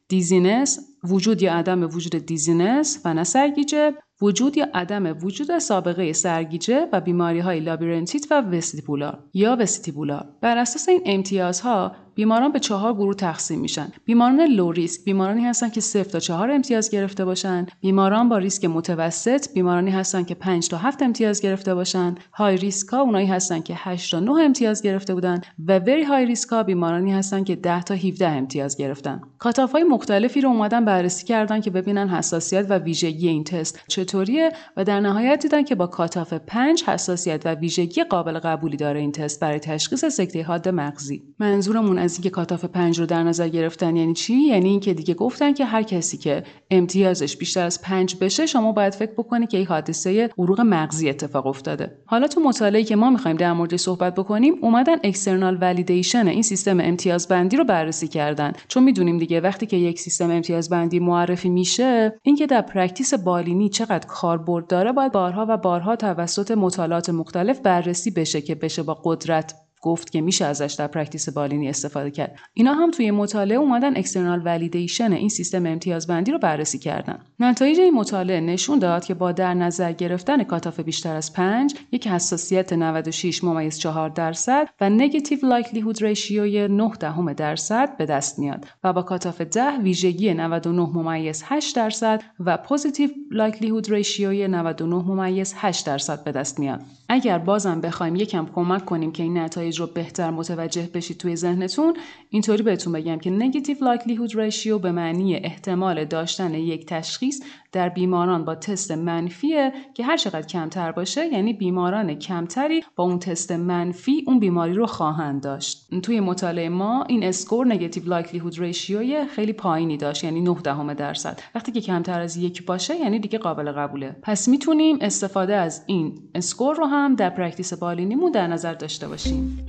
دیزینس، وجود یا عدم وجود دیزینس و نه سرگیجه، وجود یا عدم وجود سابقه سرگیجه و بیماری‌های لابیرنتیت و وستیبولار یا وستیبولار. بر اساس این امتیازها بیماران به چهار گروه تقسیم میشن. بیماران لو ریسک بیمارانی هستن که صفر تا چهار امتیاز گرفته باشن. بیماران با ریسک متوسط بیمارانی هستن که پنج تا هفت امتیاز گرفته باشن. های ریسک ها اونایی هستن که هشت تا نه امتیاز گرفته بودن و وری های ریسک ها بیمارانی هستن که ده تا هفده امتیاز گرفتن. کاتاف های مختلفی رو اومدن بررسی کردن که ببینن حساسیت و ویژگی این تست چطوریه و در نهایت دیدن که با کاتاف پنج حساسیت و ویژگی قابل قبولی داره این تست برای تشخیص سکته حاد مغزی. منظورمون از اینکه کاتاف پنج رو در نظر گرفتن یعنی چی؟ یعنی اینکه دیگه گفتن که هر کسی که امتیازش بیشتر از پنج بشه شما باید فکر بکنی که این حادثه عروق مغزی اتفاق افتاده. حالا تو مطالعه‌ای که ما می‌خوایم در موردش صحبت بکنیم اومدن اکسترنال والیدیشن این سیستم امتیازبندی رو بررسی کردن، چون میدونیم دیگه وقتی که یک سیستم امتیازبندی معرفی میشه اینکه در پرکتیس بالینی چقدر کاربرد داره باید بارها و بارها توسط مطالعات مختلف بررسی بشه که بشه با قدرت گفت که میشه ازش در پرکتیس بالینی استفاده کرد. اینا هم توی مطالعه اومدن اکسترنال والیدیشن این سیستم امتیازبندی رو بررسی کردن. نتایج این مطالعه نشون داد که با در نظر گرفتن کاتاف بیشتر از پنج، یک حساسیت نود و شش ممیز چهار درصد و نگاتیو لایکلیهود ریشیوی نه دهم درصد به دست میاد و با کاتاف ده ویژگی نود و نه ممیز هشت درصد و پوزیتیو لایکلیهود ریشیوی نود و نه ممیز هشت درصد به دست میاد. اگر بازم بخوایم یکم کمک کنیم که این نتایج رو بهتر متوجه بشید توی ذهنتون، اینطوری بهتون بگم که نگاتیو لایکلیهود ریشیو به معنی احتمال داشتن یک تشخیص در بیماران با تست منفیه که هر چقدر کمتر باشه یعنی بیماران کمتری با اون تست منفی اون بیماری رو خواهند داشت. توی مطالعه ما این اسکور نگاتیو لایکلیهود ریشیوی خیلی پایینی داشت یعنی نه دهم درصد. وقتی که کمتر از یک باشه یعنی دیگه قابل قبوله. پس میتونیم استفاده از این اسکور رو هم در پرکتیس بالینیمون در نظر داشته باشیم.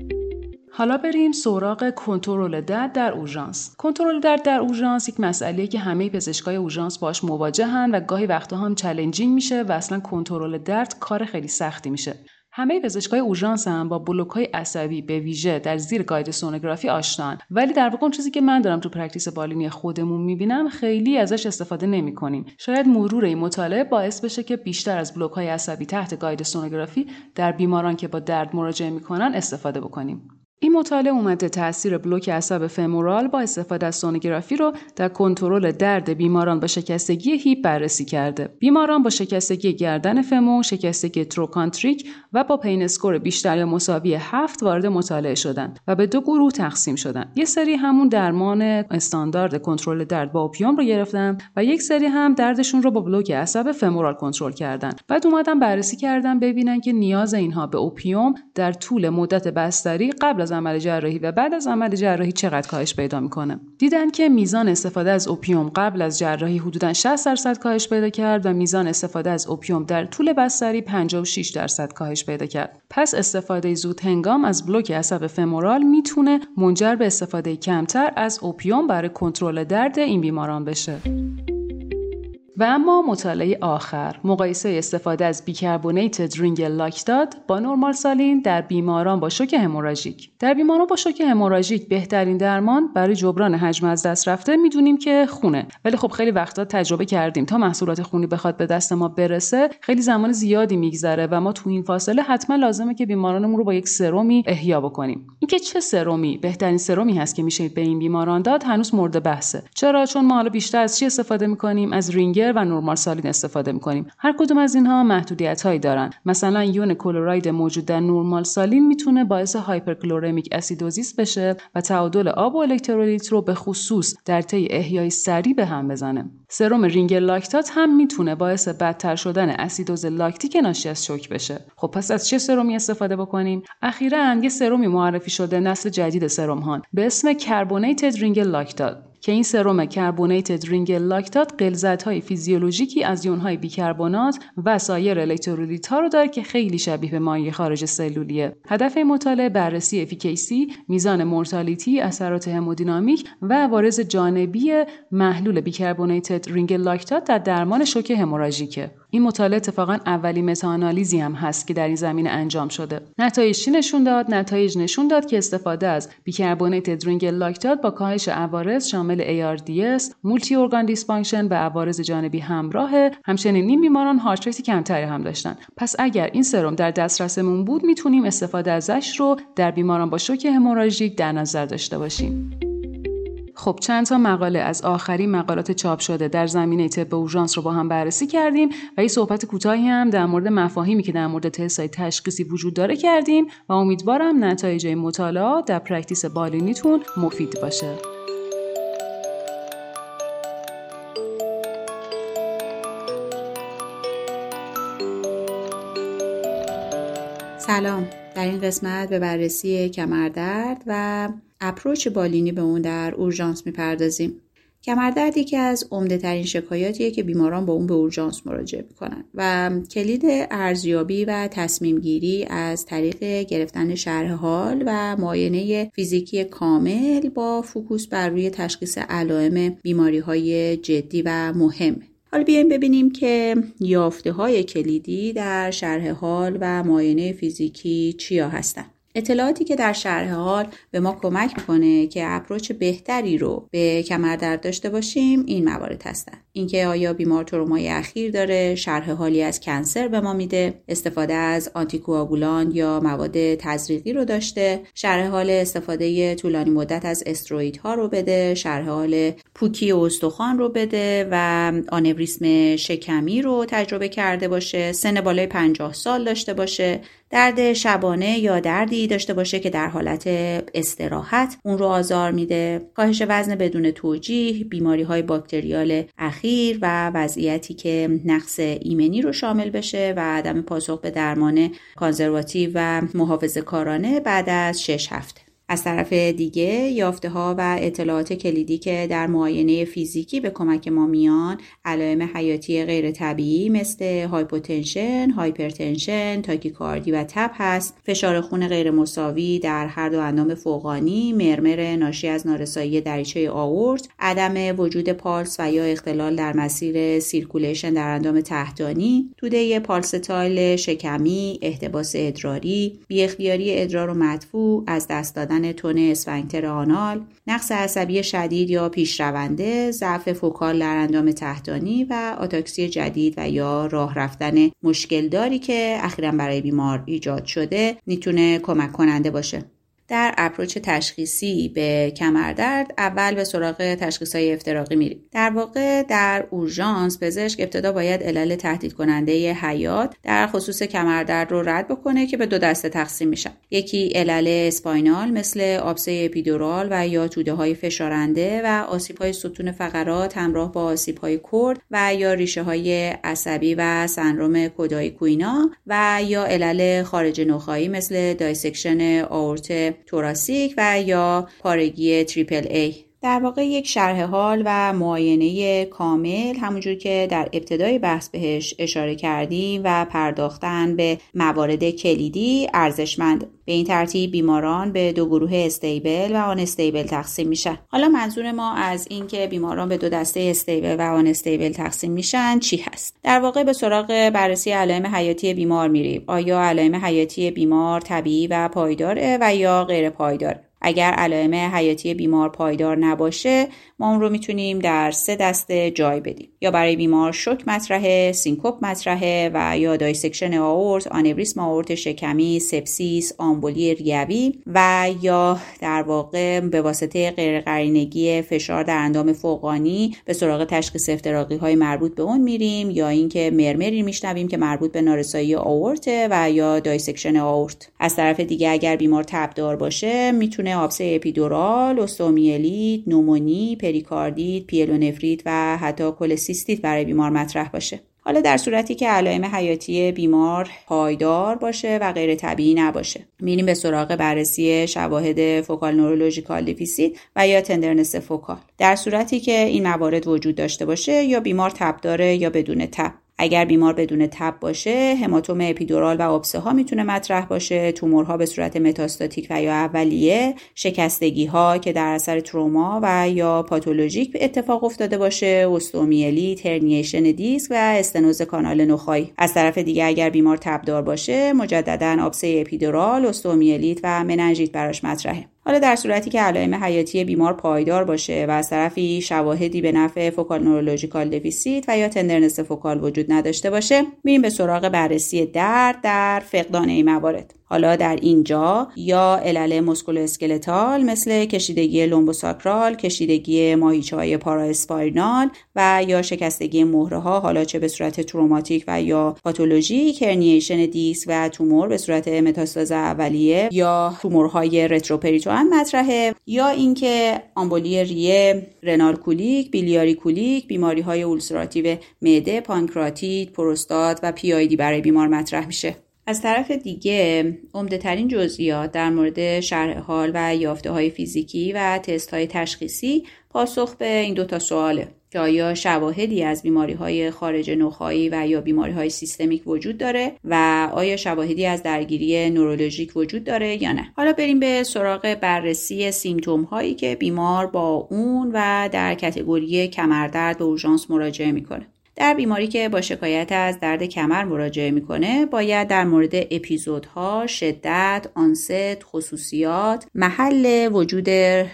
حالا بریم سراغ کنترل درد در اورژانس. کنترل درد در اورژانس یک مسئله‌ای که همه پزشکای اورژانس باهاش مواجهن و گاهی وقتا هم چالنجینگ میشه و اصلا کنترل درد کار خیلی سختی میشه. همه پزشکای اورژانس هم با بلوک‌های عصبی به ویژه در زیر گاید سونوگرافی آشنان، ولی در واقع اون چیزی که من دارم تو پرکتیس بالینی خودمون میبینم خیلی ازش استفاده نمی‌کنیم. شاید مرور این مطالعه باعث بشه که بیشتر از بلوک‌های عصبی تحت گاید سونوگرافی در بیماران که با درد مراجعه می‌کنن استفاده بکنیم. این مطالعه اومده تأثیر بلوک عصب فمورال با استفاده از سونوگرافی رو در کنترل درد بیماران با شکستگی هیپ بررسی کرده. بیماران با شکستگی گردن فمو، شکستگی تروکانتریک و با پین اسکور بیشتر یا مساوی هفت وارد مطالعه شدند و به دو گروه تقسیم شدند. یک سری همون درمان استاندارد کنترل درد با اوپیوم رو گرفتن و یک سری هم دردشون رو با بلوک عصب فمورال کنترل کردن. بعد اومدن بررسی کردن ببینن که نیاز اینها به اوپیوم در طول مدت بستری قبل از عمل جراحی و بعد از عمل جراحی چقدر کاهش پیدا میکنه. دیدن که میزان استفاده از اوپیوم قبل از جراحی حدوداً شصت درصد کاهش پیدا کرد و میزان استفاده از اوپیوم در طول بستری پنجاه و شش درصد کاهش پیدا کرد. پس استفاده زود هنگام از بلوک عصب فمورال میتونه منجر به استفاده کمتر از اوپیوم برای کنترل درد این بیماران بشه. و اما مطالعه آخر، مقایسه استفاده از بیکربونیتد رینگل لاکتات با نورمال سالین در بیماران با شوک هموراژیک. در بیماران با شوک هموراژیک بهترین درمان برای جبران حجم از دست رفته میدونیم که خونه. ولی خب خیلی وقتا تجربه کردیم تا محصولات خونی بخواد به دست ما برسه خیلی زمان زیادی میگذره و ما تو این فاصله حتما لازمه که بیمارانمون رو با یک سرومی احیا بکنیم. اینکه چه سرومی بهترین سرومی هست که میشه به این بیماران داد هنوز مورد بحثه. چرا؟ چون ما حالا بیشتر از چی استفاده میکنیم؟ از رینگل و نورمال سالین استفاده می‌کنیم. هر کدوم از اینها محدودیت‌هایی دارن. مثلا یون کلراید موجود در نورمال سالین میتونه باعث هایپرکلورمیک اسیدوزیس بشه و تعادل آب و الکترولیت رو به خصوص در طی احیای سریع به هم بزنه. سرم رینگل لاکتات هم میتونه باعث بدتر شدن اسیدوز لاکتیک ناشی از شوک بشه. خب پس از چه سرمی استفاده بکنیم؟ اخیراً یه سرمی معرفی شده، نسل جدید سرم ها به اسم کربونیتد رینگل لاکتات که این سرم کربونیتد رینگل لاکتات غلظت‌های فیزیولوژیکی از یون‌های بیکربنات و سایر الکترولیت‌ها رو داره که خیلی شبیه به مایع خارج سلولیه. هدف این مطالعه بررسی افیکیسی، میزان مورتالیتی، اثرات همودینامیک و عوارض جانبی محلول بیکربونیتد رینگل لاکتات در درمان شوک هموراژیکه. این مطالعه اتفاقا اولین متاآنالیزی هم هست که در این زمینه انجام شده. نتایج چی نشون داد؟ نتایج نشون داد که استفاده از بیکربونات رینگ لاکتات با کاهش عوارض شامل ای آر دی اس، مولتی ارگان دیسفانکشن و عوارض جانبی همراهه. همچنین این بیماران هارت ریت کمتری هم داشتن. پس اگر این سرم در دسترسمون بود میتونیم استفاده ازش رو در بیماران با شوک هموراژیک در نظر داشته باشیم. خب چند تا مقاله از آخرین مقالات چاپ شده در زمینه طب اورژانس رو با هم بررسی کردیم و یه صحبت کوتاهی هم در مورد مفاهیمی که در مورد تست‌های تشخیصی وجود داره کردیم و امیدوارم نتایج مطالعات در پرکتیس بالینیتون مفید باشه. سلام، در این قسمت به بررسی کمردرد و اپروچ بالینی به اون در اورژانس میپردازیم. کمردرد یکی از عمده ترین شکایاتیه که بیماران با اون به اورژانس مراجعه میکنن و کلید ارزیابی و تصمیم گیری از طریق گرفتن شرح حال و معاینه فیزیکی کامل با فوکوس بر روی تشخیص علائم بیماری‌های جدی و مهم. حالا بیایم ببینیم که یافته‌های کلیدی در شرح حال و معاینه فیزیکی چیا هستن. اطلاعاتی که در شرح حال به ما کمک میکنه که اپروچ بهتری رو به کمردرد داشته باشیم این موارد هستن. اینکه آیا بیمار ترومای اخیر داره، شرح حالی از کنسر به ما میده، استفاده از آنتیکواگولان یا مواد تزریقی رو داشته، شرح حال استفاده طولانی مدت از استروئیدها رو بده، شرح حال پوکی استخوان رو بده و آنوریسم شکمی رو تجربه کرده باشه، سن بالای پنجاه سال داشته باشه، درد شبانه یا دردی داشته باشه که در حالت استراحت اون رو آزار میده، کاهش وزن بدون توجیه، بیماری‌های باکتریال اخیر و وضعیتی که نقص ایمنی رو شامل بشه و عدم پاسخ به درمان کانزرواتیو و محافظه‌کارانه بعد از شش هفته. از طرف دیگه یافته‌ها و اطلاعات کلیدی که در معاینه فیزیکی به کمک ما میان علائم حیاتی غیر طبیعی مثل هایپوتنشن، هایپرتنشن، تاکیکاردی و تب هست، فشار خون غیر مساوی در هر دو اندام فوقانی، مرمر ناشی از نارسایی دریچه آورت، عدم وجود پالس و یا اختلال در مسیر سیرکولیشن در اندام تحتانی، توده پالستایل شکمی، احتباس ادراری، بی اختیاری ادرار و مدفوع، از دست دادن تون اسفنکتر آنال، نقص عصبی شدید یا پیشرونده، ضعف فوکال در اندام تحتانی و آتاکسی جدید و یا راه رفتن مشکل داری که اخیراً برای بیمار ایجاد شده میتونه کمک کننده باشه. در اپروچ تشخیصی به کمردرد اول به سراغ تشخیص‌های افتراقی میریم. در واقع در اورژانس پزشک ابتدا باید علل تهدید کننده حیات در خصوص کمردرد رو رد بکنه که به دو دسته تقسیم میشن. یکی علل اسپاینال مثل آبسه اپیدورال و یا توده‌های فشارنده و آسیب‌های ستون فقرات همراه با آسیب‌های کرد و یا ریشه‌های عصبی و سندرم کودای کوینا و یا علل خارج نخاعی مثل دایسکشن آورت توراسیک و یا پارگی تریپل ای. در واقع یک شرح حال و معاینه کامل همونجور که در ابتدای بحث بهش اشاره کردیم و پرداختن به موارد کلیدی ارزشمند. به این ترتیب بیماران به دو گروه استیبل و آن استیبل تقسیم میشن. حالا منظور ما از این که بیماران به دو دسته استیبل و آن استیبل تقسیم میشن چی هست؟ در واقع به سراغ بررسی علائم حیاتی بیمار میریم. آیا علائم حیاتی بیمار طبیعی و پایداره و یا غیر پایداره؟ اگر علائم حیاتی بیمار پایدار نباشه ما اون رو میتونیم در سه دسته جای بدیم. یا برای بیمار شوک مطرحه، سینکوپ مطرحه و یا دایسکشن آورت، آنوریسم آورت شکمی، سپسیس، آمبولی ریوی و یا در واقع به واسطه غیرقرینگی فشار در اندام فوقانی به سراغ تشخیص افتراقی های مربوط به اون میریم یا اینکه مرمری میشنویم که مربوط به نارسایی آورت و یا دایسکشن آورت. از طرف دیگه اگر بیمار تبدار باشه میتونه آبسه اپیدورال، اوستومیلیت، نومونی، پریکاردیت، پیلونفریت و حتی کولسیستیت برای بیمار مطرح باشه. حالا در صورتی که علائم حیاتی بیمار پایدار باشه و غیر طبیعی نباشه میریم به سراغ بررسی شواهد فوکال نورولوژیکال دیفیسیت و یا تندرنس فوکال. در صورتی که این موارد وجود داشته باشه یا بیمار تب داره یا بدون تب. اگر بیمار بدون تب باشه، هماتوم اپیدورال و آبسه ها میتونه مطرح باشه، تومورها به صورت متاستاتیک و یا اولیه، شکستگی ها که در اثر تروما و یا پاتولوژیک اتفاق افتاده باشه، اوستئومیلیت، هرنیشن دیسک و استنوز کانال نخاعی. از طرف دیگه اگر بیمار تبدار باشه، مجددا آبسه اپیدورال، اوستئومیلیت و مننژیت براش مطرحه. حالا در صورتی که علائم حیاتی بیمار پایدار باشه و از طرفی شواهدی به نفع فوکال نورولوژیکال دفیسیت و یا تندرنس فوکال وجود نداشته باشه، میریم به سراغ بررسی درد در فقدان این موارد. حالا در اینجا یا علل مسکولو اسکلتال مثل کشیدگی لومبوساکرال، کشیدگی ماهیچه‌های پارااسپاینال و یا شکستگی مهره ها، حالا چه به صورت تروماتیک و یا پاتولوژیک، هرنیشن دیسک و تومور به صورت متاستاز اولیه یا تومورهای رتروپریتوئن مطرحه، یا اینکه آمبولی ریه، رنال کولیک، بیلیاری کولیک، بیماری‌های اولسراتیو معده، پانکراتیت، پروستات و پی آی دی برای بیمار مطرح میشه. از طرف دیگه عمده‌ترین جزئیات در مورد شرح حال و یافته‌های فیزیکی و تست‌های تشخیصی پاسخ به این دو تا سواله که آیا شواهدی از بیماری‌های خارج نخاعی و یا بیماری‌های سیستمیک وجود داره و آیا شواهدی از درگیری نورولوژیک وجود داره یا نه. حالا بریم به سراغ بررسی سیمپتوم‌هایی که بیمار با اون و در کاتگوری کمردرد به اورژانس مراجعه میکنه. در بیماری که با شکایت از درد کمر مراجعه میکنه، باید در مورد اپیزودها، شدت، آنست، خصوصیات، محل وجود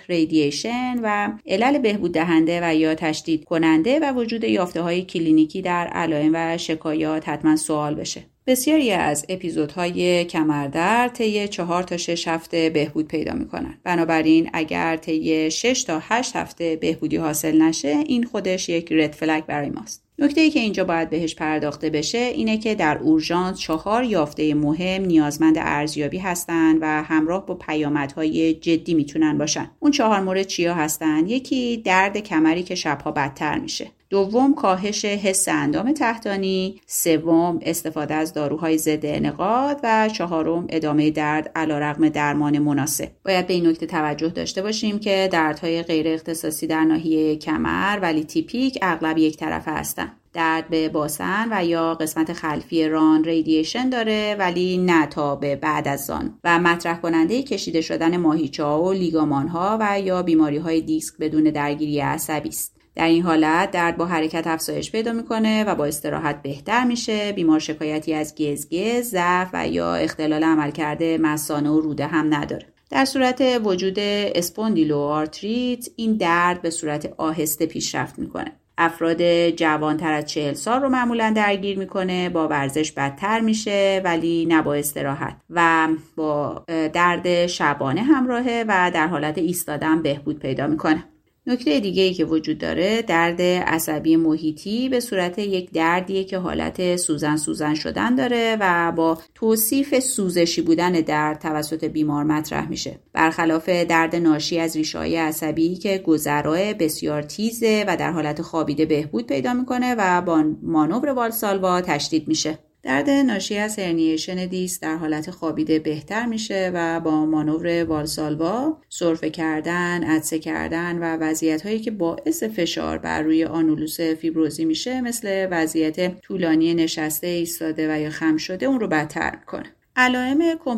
ریدییشن و علل بهبود دهنده و یا تشدید کننده و وجود یافته‌های کلینیکی در علائم و شکایات حتما سوال بشه. بسیاری از اپیزودهای کمردرد طی چهار تا شش هفته بهبود پیدا میکنن. بنابراین اگر طی شش تا هشت هفته بهبودی حاصل نشه، این خودش یک رد فلگ برای ماست. نکته‌ای که اینجا باید بهش پرداخته بشه اینه که در اورژانس چهار یافته مهم نیازمند ارزیابی هستن و همراه با پیامدهای جدی میتونن باشن. اون چهار مورد چیا هستن؟ یکی درد کمری که شبها بدتر میشه. دوم کاهش حس اندام تحتانی، سوم استفاده از داروهای ضد انعقاد و چهارم ادامه درد علیرغم درمان مناسب. باید به این نکته توجه داشته باشیم که دردهای غیر اختصاصی در ناحیه کمر ولی تیپیک اغلب یک طرفه هستن. درد به باسن و یا قسمت خلفی ران ریدییشن داره ولی نه تا به بعد از آن و مطرح کننده کشیده شدن ماهیچه‌ها و لیگامان‌ها و یا بیماری‌های دیسک بدون درگیری عصبی است. در این حالت درد با حرکت افزایش پیدا میکنه و با استراحت بهتر میشه. بیمار شکایتی از گزگز، ضعف و یا اختلال عملکرد مثانه و روده هم نداره. در صورت وجود اسپوندیلو آرتریت این درد به صورت آهسته پیشرفت میکنه. افراد جوانتر از چهل سال رو معمولا درگیر میکنه، با ورزش بدتر میشه ولی نه با استراحت و با درد شبانه همراهه و در حالت ایستادن بهبود پیدا میکنه. نکته دیگه ای که وجود داره درد عصبی محیطی به صورت یک دردیه که حالت سوزن سوزن شدن داره و با توصیف سوزشی بودن درد توسط بیمار مطرح میشه. برخلاف درد ناشی از ریشه‌های عصبی که گذرای بسیار تیزه و در حالت خوابیده بهبود پیدا میکنه و با مانور والسالوا تشدید میشه. درد ناشی از هرنیشن دیسک در حالت خوابیده بهتر میشه و با مانور والسالوا، سرفه کردن، عطسه کردن و وضعیت‌هایی که باعث فشار بر روی آنولوس فیبروزی میشه مثل وضعیت طولانی نشسته، ایستاده و یا خم شده اون رو بدتر میکنه. علائم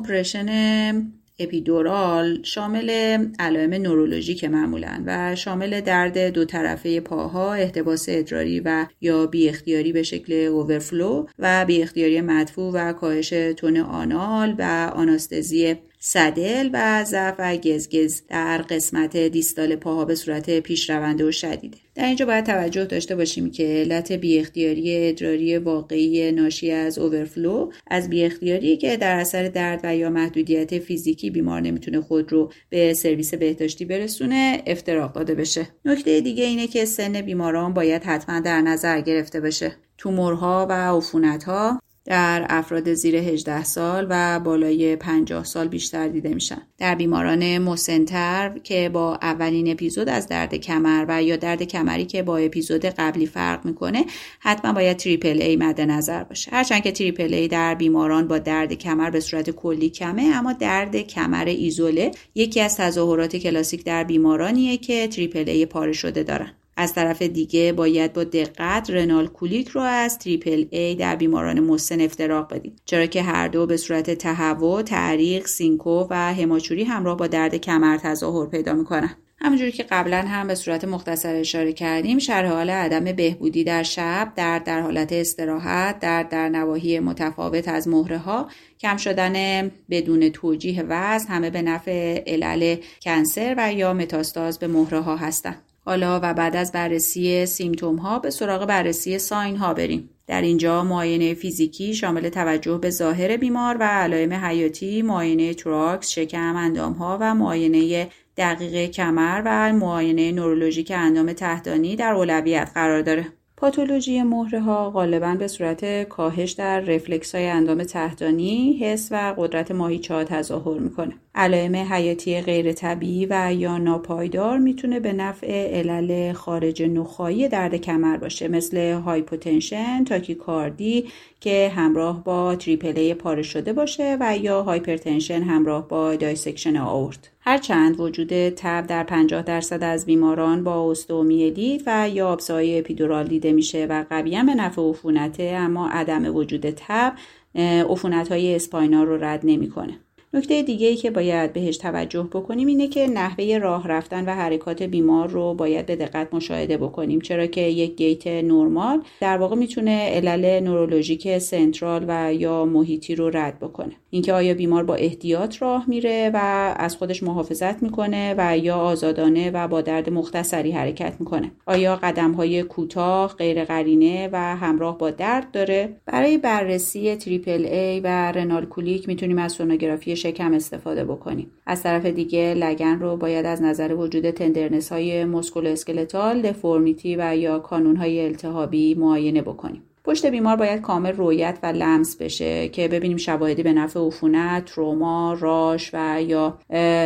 کمپرشن اپیدورال شامل علائم نورولوژیک معمولاً و شامل درد دو طرفه پاها، احتباس ادراری و یا بی اختیاری به شکل اوورفلو و بی اختیاری مدفوع و کاهش تون آنال و آناستزی صدل و ضعف و گزگز در قسمت دیستال پاها به صورت پیشرونده و شدیده. در اینجا باید توجه داشته باشیم که علت بی اختیاری ادراری واقعی ناشی از اوورفلو از بی اختیاری که در اثر درد و یا محدودیت فیزیکی بیمار نمیتونه خود رو به سرویس بهداشتی برسونه افتراق داده بشه. نکته دیگه اینه که سن بیماران باید حتما در نظر گرفته بشه. تومورها و عفونت‌ها در افراد زیر هجده سال و بالای پنجاه سال بیشتر دیده میشن. در بیماران مسن‌تر که با اولین اپیزود از درد کمر و یا درد کمری که با اپیزود قبلی فرق میکنه، حتما باید تریپل ای مد نظر باشه. هرچند که تریپل ای در بیماران با درد کمر به صورت کلی کمه، اما درد کمر ایزوله یکی از تظاهرات کلاسیک در بیمارانیه که تریپل ای پاره شده دارن. از طرف دیگه باید با دقت رنال کولیک رو از تریپل ای در بیماران مسن افتراق بدیم، چرا که هر دو به صورت تهوع، تعریق، سینکو و هماچوری همراه با درد کمر تظاهر پیدا میکنن. همونجوری که قبلا هم به صورت مختصر اشاره کردیم، شرح حال عدم بهبودی در شب، درد در حالت استراحت، درد در نواحی متفاوت از مهره ها، کم شدن بدون توجیه وزن، همه به نفع علل کنسر و یا متاستاز به مهره ها هستند. حالا و بعد از بررسی سیمتوم ها به سراغ بررسی ساین ها بریم. در اینجا معاینه فیزیکی شامل توجه به ظاهر بیمار و علائم حیاتی، معاینه توراکس، شکم، اندام ها و معاینه دقیق کمر و معاینه نورولوژیک اندام تحتانی در اولویت قرار داره. پاتولوژی مهره ها غالباً به صورت کاهش در رفلکس های اندام تحتانی، حس و قدرت ماهیچه ها تظاهر میکنه. علائم حیاتی غیر طبیعی و یا ناپایدار میتونه به نفع علل خارج نخاعی درد کمر باشه، مثل هایپوتنشن، تاکیکاردی که همراه با تریپل ای پاره شده باشه و یا هایپرتنشن همراه با دایسکشن آورت. هرچند وجود تب در پنجاه درصد از بیماران با اوستئومیلیت و یا آبسه‌های اپیدورال دیده میشه و قویاً به نفع عفونته، اما عدم وجود تب عفونت‌های اسپاینال رو رد نمی‌کنه. نکته دیگه‌ای که باید بهش توجه بکنیم اینه که نحوه راه رفتن و حرکات بیمار رو باید به دقت مشاهده بکنیم، چرا که یک گیت نرمال در واقع میتونه علل نورولوژیک سنترال و یا محیطی رو رد بکنه. اینکه آیا بیمار با احتیاط راه میره و از خودش محافظت میکنه و یا آزادانه و با درد مختصری حرکت میکنه، آیا قدم‌های کوتاه، غیر قرینه و همراه با درد داره. برای بررسی تریپل ای و رنال کولیک میتونیم از سونوگرافی شکم استفاده بکنیم. از طرف دیگه لگن رو باید از نظر وجود تندرنس های مسکولو اسکلتال، دفورمیتی و یا کانون های التهابی معاینه بکنیم. پشت بیمار باید کامل رویت و لمس بشه که ببینیم شواهدی به نفع عفونت، تروما، راش و یا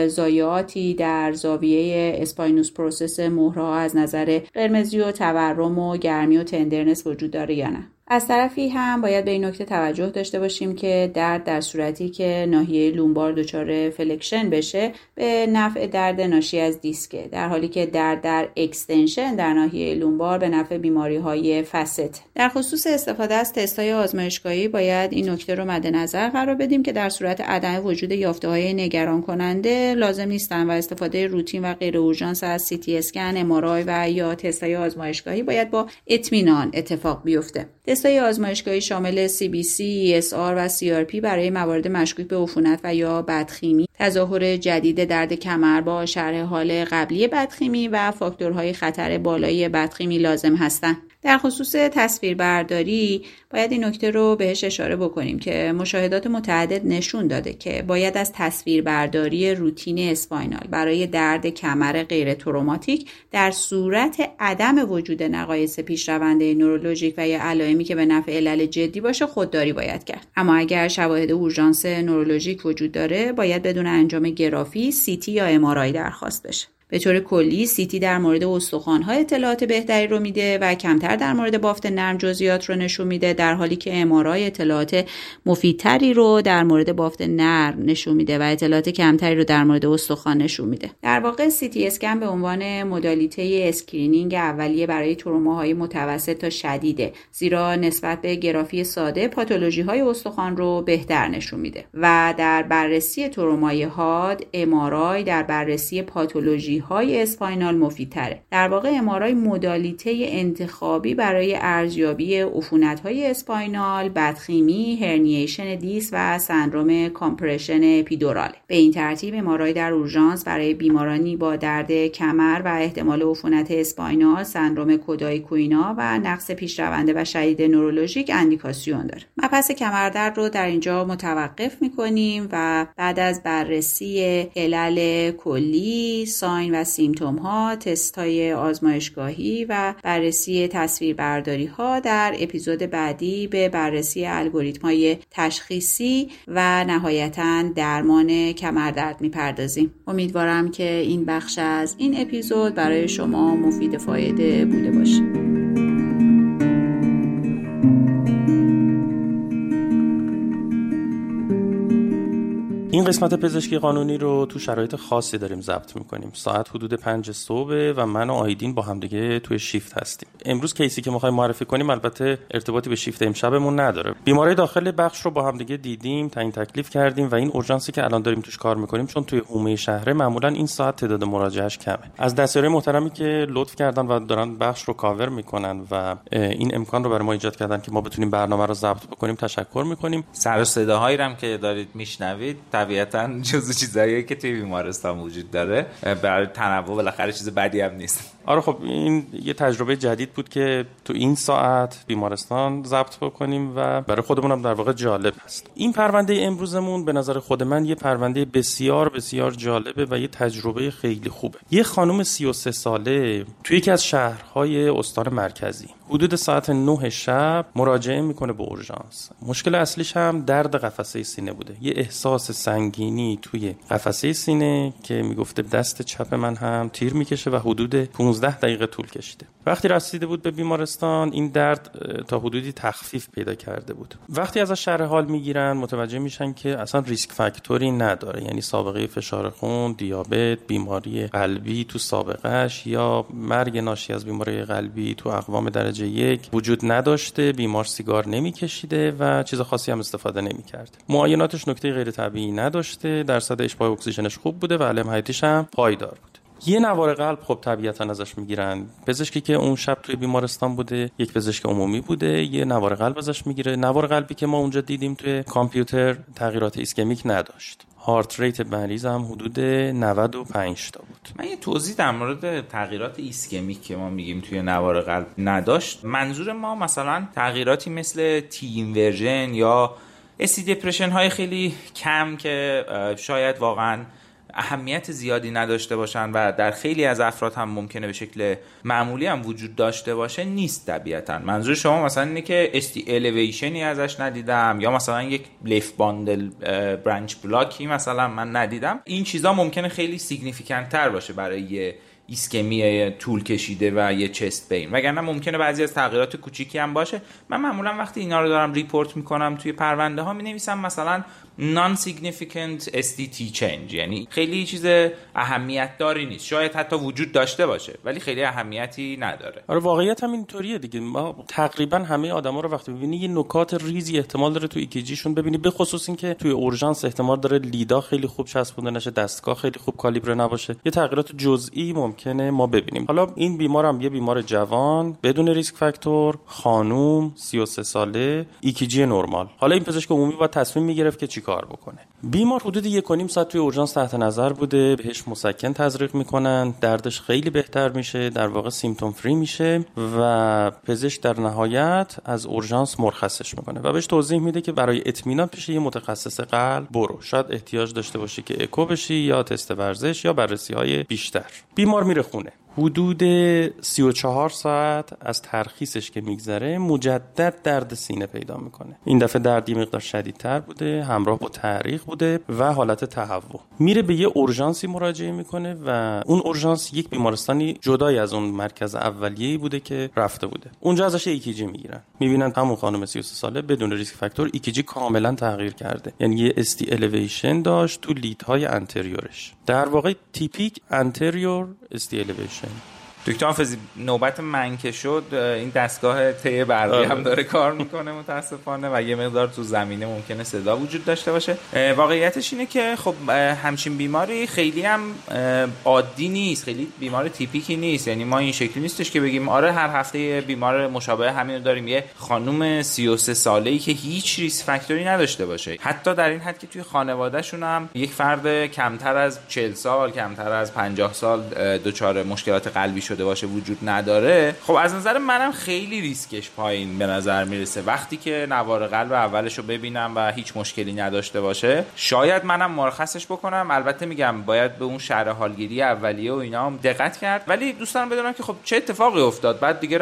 ضایعاتی در زاویه اسپاینوس پروسس مهره از نظر قرمزی و تورم و گرمی و تندرنس وجود داره یا نه. از طرفی هم باید به این نکته توجه داشته باشیم که درد در صورتی که ناحیه لومبار دچار فلکشن بشه به نفع درد ناشی از دیسکه، در حالی که درد در اکستنشن در ناحیه لومبار به نفع بیماری‌های فست. در خصوص استفاده از تست‌های آزمایشگاهی باید این نکته رو مد نظر قرار بدیم که در صورت عدم وجود یافته‌های نگران کننده لازم نیستن و استفاده روتین و غیر اورژانس از سی تی اسکن، ام آر آی و یا تست‌های آزمایشگاهی باید با اطمینان اتفاق بیفته. تست‌های آزمایشگاهی شامل سی بی سی، ای اس آر و سی آر پی برای موارد مشکوک به عفونت و یا بدخیمی، تظاهر جدید درد کمر با شرح حال قبلی بدخیمی و فاکتورهای خطر بالایی بدخیمی لازم هستند. در خصوص تصویربرداری باید این نکته رو بهش اشاره بکنیم که مشاهدات متعدد نشون داده که باید از تصویربرداری روتین اسپاینال برای درد کمر غیر تروماتیک در صورت عدم وجود نقایص پیشرونده نورولوژیک و یا علائمی که به نفع علل جدی باشه خودداری باید کرد. اما اگر شواهد اورژانس نورولوژیک وجود داره باید بدون انجام گرافی، سی تی یا ام آر آی درخواست بشه. به طور کلی سی تی در مورد استخوان‌ها اطلاعات بهتری رو میده و کمتر در مورد بافت نرم جزئیات رو نشون میده، در حالی که ام آر آی اطلاعات مفیدتری رو در مورد بافت نرم نشون میده و اطلاعات کمتری رو در مورد استخوان نشون میده. در واقع سی تی اسکن به عنوان مدالیته اسکرینینگ اولیه برای تروماهای متوسط تا شدیده، زیرا نسبت به گرافی ساده پاتولوژی‌های استخوان رو بهتر نشون میده و در بررسی ترومای حاد ام آر آی در بررسی پاتولوژی های اسپاینال مفیدتره. در واقع ام آر آی مدالیته انتخابی برای ارزیابی عفونت‌های اسپاینال، بدخیمی، هرنییشن دیس و سندروم کامپرشن اپیدورال. به این ترتیب ام آر آی در اورژانس برای بیمارانی با درد کمر و احتمال عفونت اسپاینال، سندروم کودای کوینا و نقص پیشرونده و شدید نورولوژیک اندیکاسیون داره. مبحث کمردرد رو در اینجا متوقف می‌کنیم و بعد از بررسی علل کلی، ساین و سیمتوم ها، تست های آزمایشگاهی و بررسی تصویربرداری ها در اپیزود بعدی به بررسی الگوریتم های تشخیصی و نهایتاً درمان کمردرد میپردازیم. امیدوارم که این بخش از این اپیزود برای شما مفید فایده بوده باشه. این قسمت پزشکی قانونی رو تو شرایط خاصی داریم ضبط میکنیم. ساعت حدود پنج صبح و من و آیدین با هم دیگه توی شیفت هستیم. امروز کیسی که می‌خوایم معرفی کنیم البته ارتباطی به شیفت امشبمون نداره. بیماری داخل بخش رو با هم دیگه دیدیم، تعیین تکلیف کردیم و این اورژانسی که الان داریم توش کار میکنیم چون توی حومه شهر معمولا این ساعت تعداد مراجعه‌اش کمه. از دستیارای محترمی که لطف کردن و دارن بخش رو کاور میکنن و این امکان رو برای ما ایجاد کردن که ما بتونیم برنامه رو ضبط بکنیم تشکر میکنیم. سر و صداهایی هم که دارید میشنوید طبیعتاً جزو چیزاییه که توی بیمارستان وجود داره. برای تنوع بالاخره چیز بدی هم نیست. آره خب این یه تجربه جدید بود که تو این ساعت بیمارستان ضبط بکنیم و برای خودمون هم در واقع جالب هست. این پرونده امروزمون به نظر خود من یه پرونده بسیار بسیار جالبه و یه تجربه خیلی خوبه. یه خانم سی و سه ساله توی یکی از شهرهای استان مرکزی حدود ساعت نه شب مراجعه میکنه به اورژانس. مشکل اصلیش هم درد قفسه سینه بوده. یه احساس سنگینی توی قفسه سینه که میگفته دست چپ من هم تیر میکشه و حدود پانزده دقیقه طول کشیده. وقتی رسیده بود به بیمارستان این درد تا حدودی تخفیف پیدا کرده بود. وقتی ازش شرح حال میگیرن متوجه میشن که اصلا ریسک فاکتوری نداره، یعنی سابقه فشار خون، دیابت، بیماری قلبی تو سابقهش یا مرگ ناشی از بیماری قلبی تو اقوام درجه یک وجود نداشته، بیمار سیگار نمیکشیده و چیز خاصی هم استفاده نمیکرده. معایناتش نکته غیر طبیعی نداشته، درصد اشباع اکسیژنش خوب بوده و علائم حیاتیش هم پایدار بود. یه نوار قلب خب طبیعتا ازش میگیرن. پزشکی که اون شب توی بیمارستان بوده یک پزشک عمومی بوده، یه نوار قلب ازش میگیره. نوار قلبی که ما اونجا دیدیم توی کامپیوتر تغییرات ایسکمیک نداشت. هارت ریت مریض هم حدود نود و پنج تا بود. من یه توضیح در مورد تغییرات ایسکمیک که ما میگیم توی نوار قلب نداشت. منظور ما مثلا تغییراتی مثل تی اینورژن یا اسی دپرشن های خیلی کم که شاید واقعا اهمیت زیادی نداشته باشن و در خیلی از افراد هم ممکنه به شکل معمولی هم وجود داشته باشه نیست طبیعتا. منظور شما مثلا اینه که استی الیویشنی ازش ندیدم یا مثلا یک لیف باندل برانچ بلاکی مثلا من ندیدم. این چیزا ممکنه خیلی سیگنیفیکانت تر باشه برای یه ایسکمی طول کشیده و یه چست بین، وگرنه ممکنه بعضی از تغییرات کوچیکی هم باشه. من معمولا وقتی اینا رو دارم ریپورت میکنم توی پرونده ها مینویسم مثلا non-significant اس تی تی change، یعنی خیلی چیز اهمیت داری نیست، شاید حتی وجود داشته باشه ولی خیلی اهمیتی نداره. آره واقعیت هم اینطوریه دیگه. ما تقریبا همه آدما رو وقتی ببینی یه نکات ریزی احتمال داره تو ایکیجی شون ببینی، به خصوص این که توی اورژانس احتمال داره لیدا خیلی خوب چسبونده نشه، دستگاه خیلی خوب کالیبر نباشه، یه تغییرات جزئی ممکنه ما ببینیم. حالا این بیمار هم یه بیمار جوان بدون ریسک فاکتور، خانوم سی و سه ساله، ایکیجی نرمال. حالا این پزشک عمومی باید تصمیم میگرفت که چی کار بکنه. بیمار حدود یک و نیم ساعت توی اورژانس تحت نظر بوده، بهش مسکن تزریق میکنن، دردش خیلی بهتر میشه، در واقع سیمپتوم فری میشه و پزشک در نهایت از اورژانس مرخصش میکنه و بهش توضیح میده که برای اطمینان پیش یه متخصص قلب برو، شاید احتیاج داشته باشی که اکو بشی یا تست ورزش یا بررسی‌های بیشتر. بیمار میره خونه. حدود سی و چهار ساعت از ترخیصش که میگذره مجدد درد سینه پیدا میکنه. این دفعه درد یه مقدار شدیدتر بوده، همراه با تعریق بوده و حالت تهوع. میره به یه اورژانسی مراجعه میکنه و اون اورژانس یک بیمارستانی جدای از اون مرکز اولیه‌ای بوده که رفته بوده. اونجا ازش ایکیجی میگیرن. میبینن همون خانم سی و سه ساله بدون ریسک فاکتور ایکیجی کاملا تغییر کرده. یعنی یه استی الیویشن داشت تو لیدهای انتریورش. در واقع تیپیک انتریور استی الیویشن. دکتر حافظی نوبت من که شد، این دستگاه تی برقی هم داره کار میکنه متاسفانه و یه مقدار تو زمینه ممکنه صدا وجود داشته باشه. واقعیتش اینه که خب همچین بیماری خیلی هم عادی نیست، خیلی بیمار تیپیکی نیست. یعنی ما این شکلی نیستش که بگیم آره هر هفته بیمار مشابه همین رو داریم، یه خانم سی و سه ساله‌ای که هیچ ریسک فاکتوری نداشته باشه، حتی در این حد که توی خانواده‌شون هم یک فرد کمتر از چهل سال، کمتر از پنجاه سال دچار مشکلات قلبی شده باشه وجود نداره. خب از نظر منم خیلی ریسکش پایین به نظر میرسه. وقتی که نوار قلب اولشو ببینم و هیچ مشکلی نداشته باشه شاید منم مرخصش بکنم. البته میگم باید به اون شرح حالگیری اولیه و اینا هم دقت کرد، ولی دوست دارم بدونم که خب چه اتفاقی افتاد. بعد دیگه رفت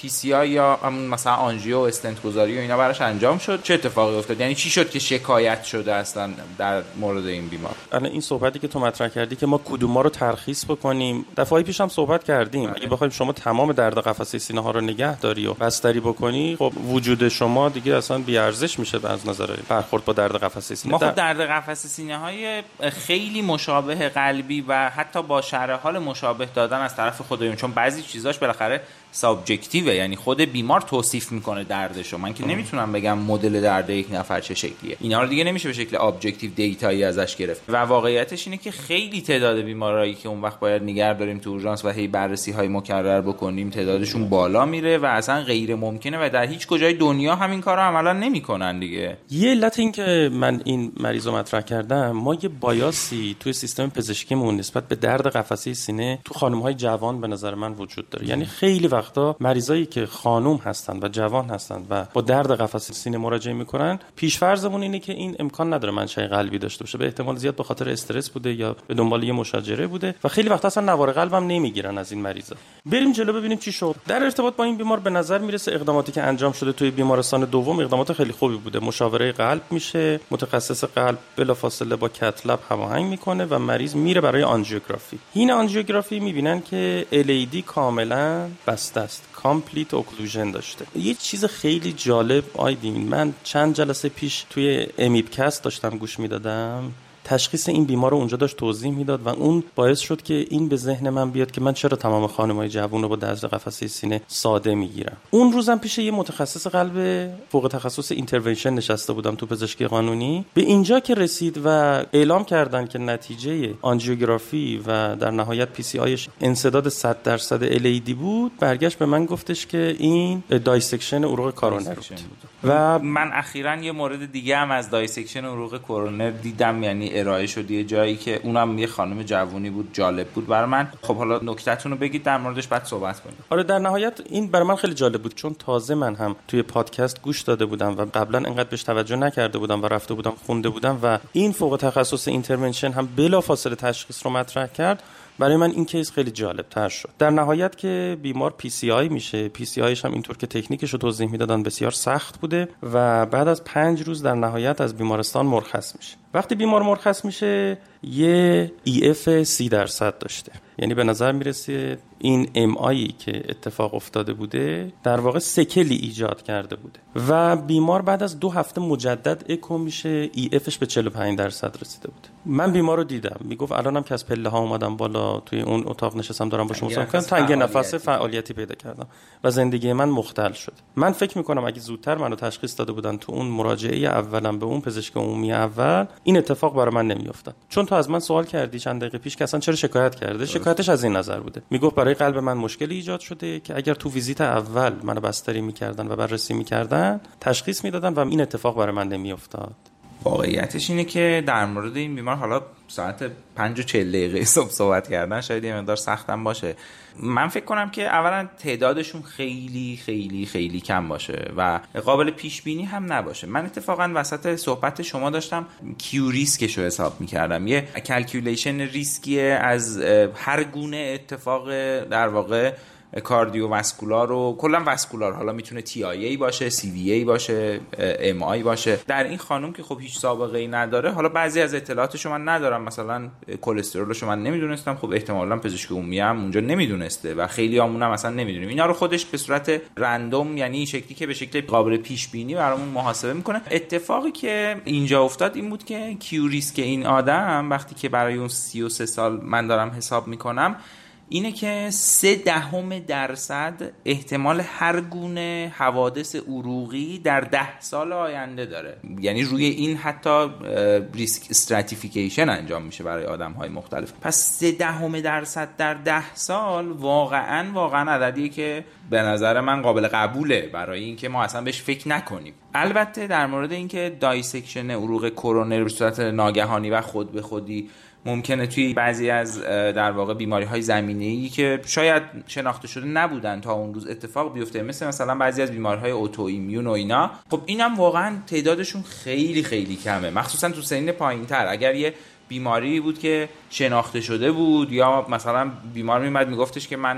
پی سی آی یا همون مثلا آنژیو و استنت گذاری و اینا براش انجام شد، چه اتفاقی افتاد؟ یعنی چی شد که شکایت شده اصلا در مورد این بیمار؟ الان این صحبتی که تو مطرح کردی که ما کدوما رو ترخیص بکنیم، دفعه پیش هم صحبت کردیم. اگه بخوایم شما تمام درد قفسه سینه ها رو نگه داری و بستری بکنی، خب وجود شما دیگه اصلا بی ارزش میشه از نظر برخورد با درد قفسه سینه. ما خب درد قفسه سینه های خیلی مشابه قلبی و حتی با شرح حال مشابه دادن از طرف خودمون، چون بعضی چیزاش بالاخره سابجکتیوه، یعنی خود بیمار توصیف میکنه دردشو. من که نمیتونم بگم مدل درد یک نفر چه شکلیه، اینا رو دیگه نمیشه به شکل ابجکتیو دیتایی ازش گرفت. و واقعیتش اینه که خیلی تعداد بیمارایی که اون وقت باید نگه داریم تو اورژانس و هی بررسی های مکرر بکنیم تعدادشون بالا میره و اصلا غیر ممکنه و در هیچ کجای دنیا همین کارو عملا نمیکنن دیگه. یه علت این که من این مریضو مطرح کردم، ما یه بایاسی توی سیستم پزشکیمون نسبت به درد قفسه سینه تو خانم‌های جوان به نظر من وجود داره. یعنی خیلی وقتا مریضایی که خانم هستن و جوان هستن و با درد قفسه سینه مراجعه میکنن، پیش‌فرضمون اینه که این امکان نداره منشأ قلبی داشته باشه، به احتمال زیاد به خاطر استرس بوده یا به دنبال یه مشاجره بوده و خیلی وقتا اصلا نوار قلبم نمیگیرن از این مریضا. بریم جلو ببینیم چی شد. در ارتباط با این بیمار به نظر میرسه اقداماتی که انجام شده توی بیمارستان دوم اقدامات خیلی خوبی بوده. مشاوره قلب میشه، متخصص قلب بلافاصله با کتلب هماهنگ میکنه و مریض میره برای آنژیوگرافی. این آنژیوگرافی میبینن که ال ای دی کاملا بسته است، کامپلیت اوکلوژن داشته. یه چیز خیلی جالب آیدین، من چند جلسه پیش توی امیبکست داشتم گوش میدادم، تشخیص این بیمار رو اونجا داشت توضیح میداد و اون باعث شد که این به ذهن من بیاد که من چرا تمام خانم‌های جوون رو با درد قفسه سینه ساده میگیرم. اون روزم پیش یه متخصص قلب فوق تخصص اینترونشن نشسته بودم تو پزشکی قانونی. به اینجا که رسید و اعلام کردن که نتیجه آنژیوگرافی و در نهایت پی سی آیش انسداد صد درصد ال ای دی بود، برگشت به من گفتش که این دایسکشن عروق کورونر بود. و من اخیراً یه مورد دیگه هم از دایسکشن عروق کورونر دیدم، یعنی ارائه شد یه جایی که اونم یه خانم جوونی بود، جالب بود برای من. خب حالا نکته‌تون رو بگید در موردش بعد صحبت کنیم. آره در نهایت این برای من خیلی جالب بود، چون تازه من هم توی پادکست گوش داده بودم و قبلا انقدر بهش توجه نکرده بودم و رفته بودم خونده بودم و این فوق تخصص اینترونشن هم بلافاصله تشخیص رو مطرح کرد. برای من این کیس خیلی جالب تر شد. در نهایت که بیمار پی سی آی میشه، پی سی آیش هم اینطور که تکنیکش رو توضیح میدادن بسیار سخت بوده و بعد از پنج روز در نهایت از بیمارستان مرخص میشه. وقتی بیمار مرخص میشه یه ای اف سی درصد داشته، یعنی به نظر میرسه این ام آیی که اتفاق افتاده بوده در واقع سکلی ایجاد کرده بوده و بیمار بعد از دو هفته مجدد اکو میشه، ای افش به چهل و پنج درصد رسیده بوده. من بیمار رو دیدم، میگفت الانم که از پله ها اومدم بالا توی اون اتاق نشستم دارم با شما صحبت می‌کنم، تنگ نفس فعالیتی پیدا کردم و زندگی من مختل شد. من فکر میکنم اگه زودتر منو تشخیص داده بودن تو اون مراجعه اولم به اون پزشک عمومی اول، این اتفاق برای من نمیافتاد. چون تو از من سوال کردی چند دقیقه پیش که اصلا چرا شکایت کرده، شکایتش از این نظر بوده، میگفت برای قلب من مشکلی ایجاد شده که اگر تو ویزیت اول منو بستری میکردن و بررسی میکردن تشخیص میدادن و این اتفاق برای من نمیافتاد. واقعیتش اینه که در مورد این بیمار حالا ساعت پنج و چهل دقیقه صبح صحبت کردن شاید یه مقدار سختم باشه. من فکر کنم که اولا تعدادشون خیلی خیلی خیلی کم باشه و قابل پیش بینی هم نباشه. من اتفاقا وسط صحبت شما داشتم کیو ریسکش رو حساب میکردم، یه کلکولیشن ریسکیه از هر گونه اتفاق در واقع کاردیوواسکولار و کلا واسکولار، حالا میتونه تی آی ای باشه، سی وی ای باشه، ام آی باشه. در این خانم که خب هیچ سابقه ای نداره، حالا بعضی از اطلاعاتشو من ندارم، مثلا کلسترولشو من نمیدونستم، خب احتمالاً پزشک عمومی هم اونجا نمیدونسته و خیلی همون هم اصلا نمیدونیم. اینا رو خودش به صورت رندوم، یعنی این شکلی که به شکل قابل پیش بینی برامون محاسبه میکنه. اتفاقی که اینجا افتاد این بود که کیو ریسک این آدم وقتی که برای اون سی و سه سال من دارم حساب میکنم اینه که سه دهم درصد احتمال هر گونه حوادث عروقی در ده سال آینده داره. یعنی روی این حتی ریسک استراتیفیکیشن انجام میشه برای آدم‌های مختلف. پس سه دهم درصد در ده سال واقعاً واقعاً عددیه که به نظر من قابل قبوله برای اینکه ما اصلا بهش فکر نکنیم. البته در مورد اینکه دایسکشن عروق کورونر به صورت ناگهانی و خود به خودی ممکنه توی بعضی از در واقع بیماری‌های زمینه‌ای که شاید شناخته شده نبودن تا اون روز اتفاق بیفته، مثل مثلا بعضی از بیماری‌های اوتو ایمیون و اینا، خب اینم واقعا تعدادشون خیلی خیلی کمه، مخصوصا تو سنین پایین‌تر. اگر یه بیماری بود که شناخته شده بود یا مثلا بیمار میومد میگفتش که من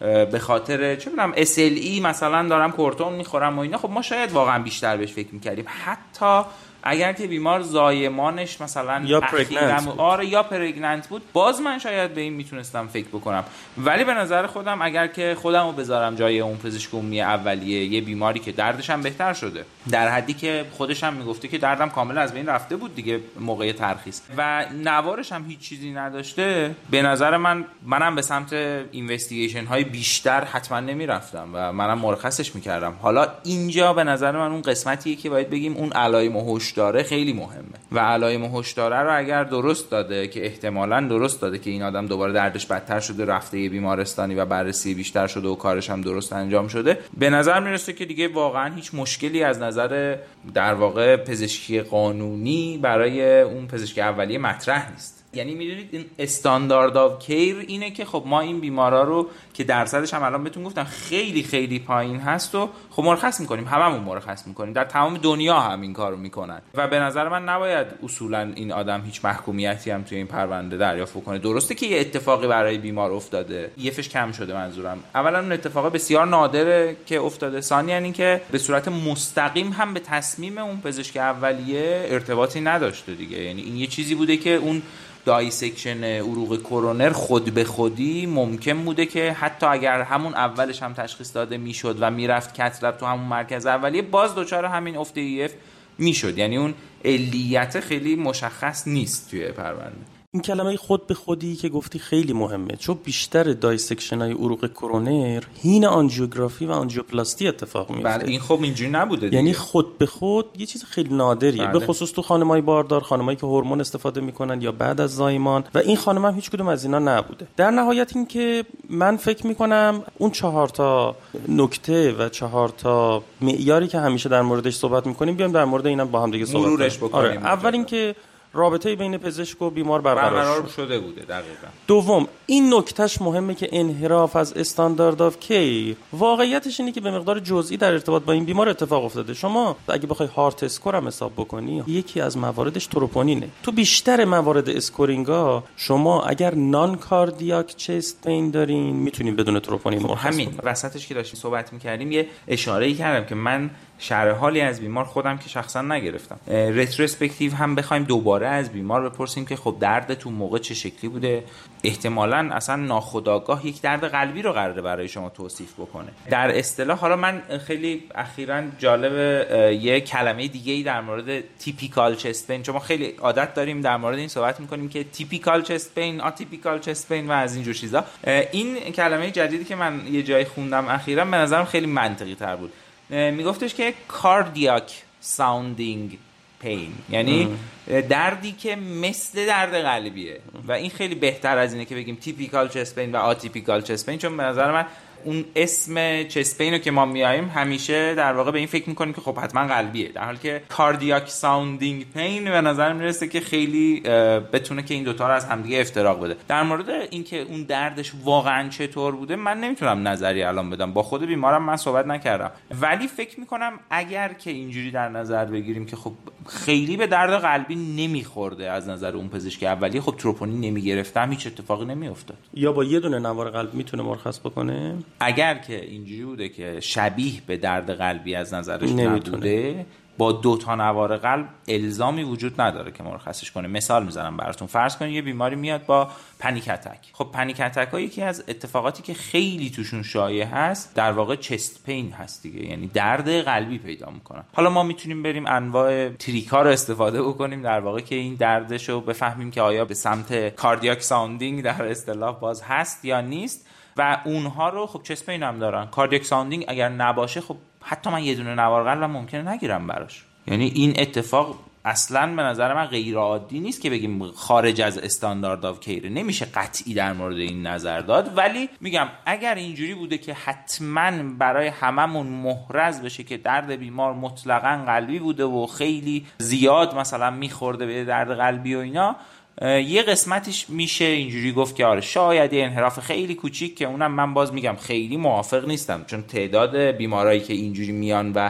به خاطر چه می‌دونم اس ال ای مثلا دارم کورتون میخورم و اینا، خب ما شاید واقعا بیشتر بهش فکر می‌کردیم. حتی اگر که بیمار زایمانش مثلا یا پرگننت بود. آره یا پرگننت بود، باز من شاید به این میتونستم فکر بکنم. ولی به نظر خودم اگر که خودم رو بذارم جای اون پزشک عمومی اولیه، یه بیماری که دردش هم بهتر شده، در حدی که خودش هم میگفته که دردم کاملا از بین رفته بود دیگه موقع ترخیص و نوارش هم هیچ چیزی نداشته، به نظر من منم به سمت اینوستیگیشن های بیشتر حتما نمیرفتم و منم مرخصش میکردم. حالا اینجا به نظر من اون قسمتیه که باید بگیم اون علائم داره خیلی مهمه و علائم هشداره رو اگر درست داده که احتمالاً درست داده که این آدم دوباره دردش بدتر شده، رفته یه بیمارستانی و بررسی بیشتر شده و کارش هم درست انجام شده، به نظر میرسه که دیگه واقعا هیچ مشکلی از نظر در واقع پزشکی قانونی برای اون پزشک اولیه مطرح نیست. یعنی میدونید این استاندارد آف کیر اینه که خب ما این بیمارا رو که درصدش هم الان بهتون گفتم خیلی خیلی پایین هست و خب مرخص میکنیم، هممون مرخص میکنیم، در تمام دنیا هم این کارو میکنن و به نظر من نباید اصولا این آدم هیچ محکومیتی هم توی این پرونده دریافت کنه. درسته که یه اتفاقی برای بیمار افتاده، یه فش کم شده، منظورم اولا اون اتفاق بسیار نادره که افتاده، ثانیاً این که به صورت مستقیم هم به تصمیم اون پزشک اولیه ارتباطی نداشته دیگه. یعنی این یه چیزی بوده که اون دایسکشن عروق کرونر خود به خودی ممکن بوده که حتی اگر همون اولش هم تشخیص داده میشد و میرفت کتلب تو همون مرکز اولیه، باز دچار همین افت ای اف میشد. یعنی اون علیت خیلی مشخص نیست توی پرونده. این کلمه خود به خودی که گفتی خیلی مهمه، چون بیشتر دایسکشن‌های عروق کرونر هین آنژیوگرافی و آنژیوپلاستی اتفاق میفته. بله این خب اینجوری نبوده دیگه. یعنی خود به خود یه چیز خیلی نادریه، بله. به خصوص تو خانمای باردار، خانمایی که هورمون استفاده میکنن یا بعد از زایمان، و این خانم هم هیچ کدوم از اینا نبوده. در نهایت این که من فکر میکنم اون چهار تا نکته و چهار تا معیاری که همیشه در موردش صحبت میکنیم بیام در مورد اینا با هم دیگه صحبت مرورش بکنیم. آره. اول اینکه رابطه بین پزشک و بیمار برقرار, برقرار شده بوده دقیقاً. دوم این نکتهش مهمه که انحراف از استاندارد آف کیر واقعیتش اینه که به مقدار جزئی در ارتباط با این بیمار اتفاق افتاده. شما اگه بخوای هارت اسکور هم حساب بکنی، یکی از مواردش تروپونینه. تو بیشتر موارد اسکورینگا شما اگر نان کاردیاک چست پین دارین میتونین بدون تروپونین مرخص همین بکنین. وسطش که داشتیم صحبت می‌کردیم یه اشاره‌ای کردم که من شرح حالی از بیمار خودم که شخصا نگرفتم. رتروسپکتیو هم بخوایم دوباره از بیمار بپرسیم که خب درد تو موقع چه شکلی بوده، احتمالاً اصلا ناخودآگاه یک درد قلبی رو قراره برای شما توصیف بکنه. در اصطلاح حالا من خیلی اخیراً جالب یه کلمه دیگه‌ای در مورد تیپیکال چست پین، چون ما خیلی عادت داریم در مورد این صحبت می‌کنیم که تیپیکال چست پین، آتیپیکال چست پین و از این جور چیزا. این کلمه جدیدی که من یه جای خوندم اخیراً به نظرم خیلی منطقی تر بود. میگفتش که کاردیاک ساوندینگ پین، یعنی دردی که مثل درد قلبیه و این خیلی بهتر از اینه که بگیم تیپیکال چست پین و آتیپیکال چست پین، چون به نظر من اون اسم چست پین رو که ما میایم همیشه در واقع به این فکر میکنیم که خب حتما قلبیه، در حالی که کاردیاک ساوندینگ پین به نظر میرسه که خیلی بتونه که این دوتا رو از همدیگه افتراق بده. در مورد اینکه اون دردش واقعا چطور بوده من نمیتونم نظری الان بدم، با خود بیمارم من صحبت نکردم، ولی فکر میکنم اگر که اینجوری در نظر بگیریم که خب خیلی به درد قلبی نمیخورده از نظر اون پزشک اولیه، خب تروپونین نمیگرفتم هیچ اتفاقی نمیافتاد، یا با یه دونه نوار قلب میتونه مرخص بکنه. اگر که اینجوری بوده که شبیه به درد قلبی از نظرش نبوده، با دو تا نوار قلب الزامی وجود نداره که مرخصش کنه. مثال میزنم براتون، فرض کنید یه بیماری میاد با پنیک اتک. خب پنیک اتک ها یکی از اتفاقاتی که خیلی توشون شایع هست در واقع چست پین هست دیگه، یعنی درد قلبی پیدا میکنن. حالا ما میتونیم بریم انواع تریکا رو استفاده بکنیم در واقع که این دردش رو بفهمیم که آیا به سمت کاردیاک ساوندینگ در اصطلاح باز هست یا نیست، و اونها رو خب چست پین هم دارن. کاردیاک ساوندینگ اگر نباشه خب حتی من یه دونه نوار قلبم ممکنه نگیرم براش. یعنی این اتفاق اصلا به نظر من غیر عادی نیست که بگیم خارج از استاندارد آف کیر، نمیشه قطعی در مورد این نظر داد، ولی میگم اگر اینجوری بوده که حتما برای هممون محرز بشه که درد بیمار مطلقاً قلبی بوده و خیلی زیاد مثلا میخورده به درد قلبی و اینا، یه قسمتش میشه اینجوری گفت که آره شاید یه انحراف خیلی کوچیک، که اونم من باز میگم خیلی موافق نیستم، چون تعداد بیمارایی که اینجوری میان و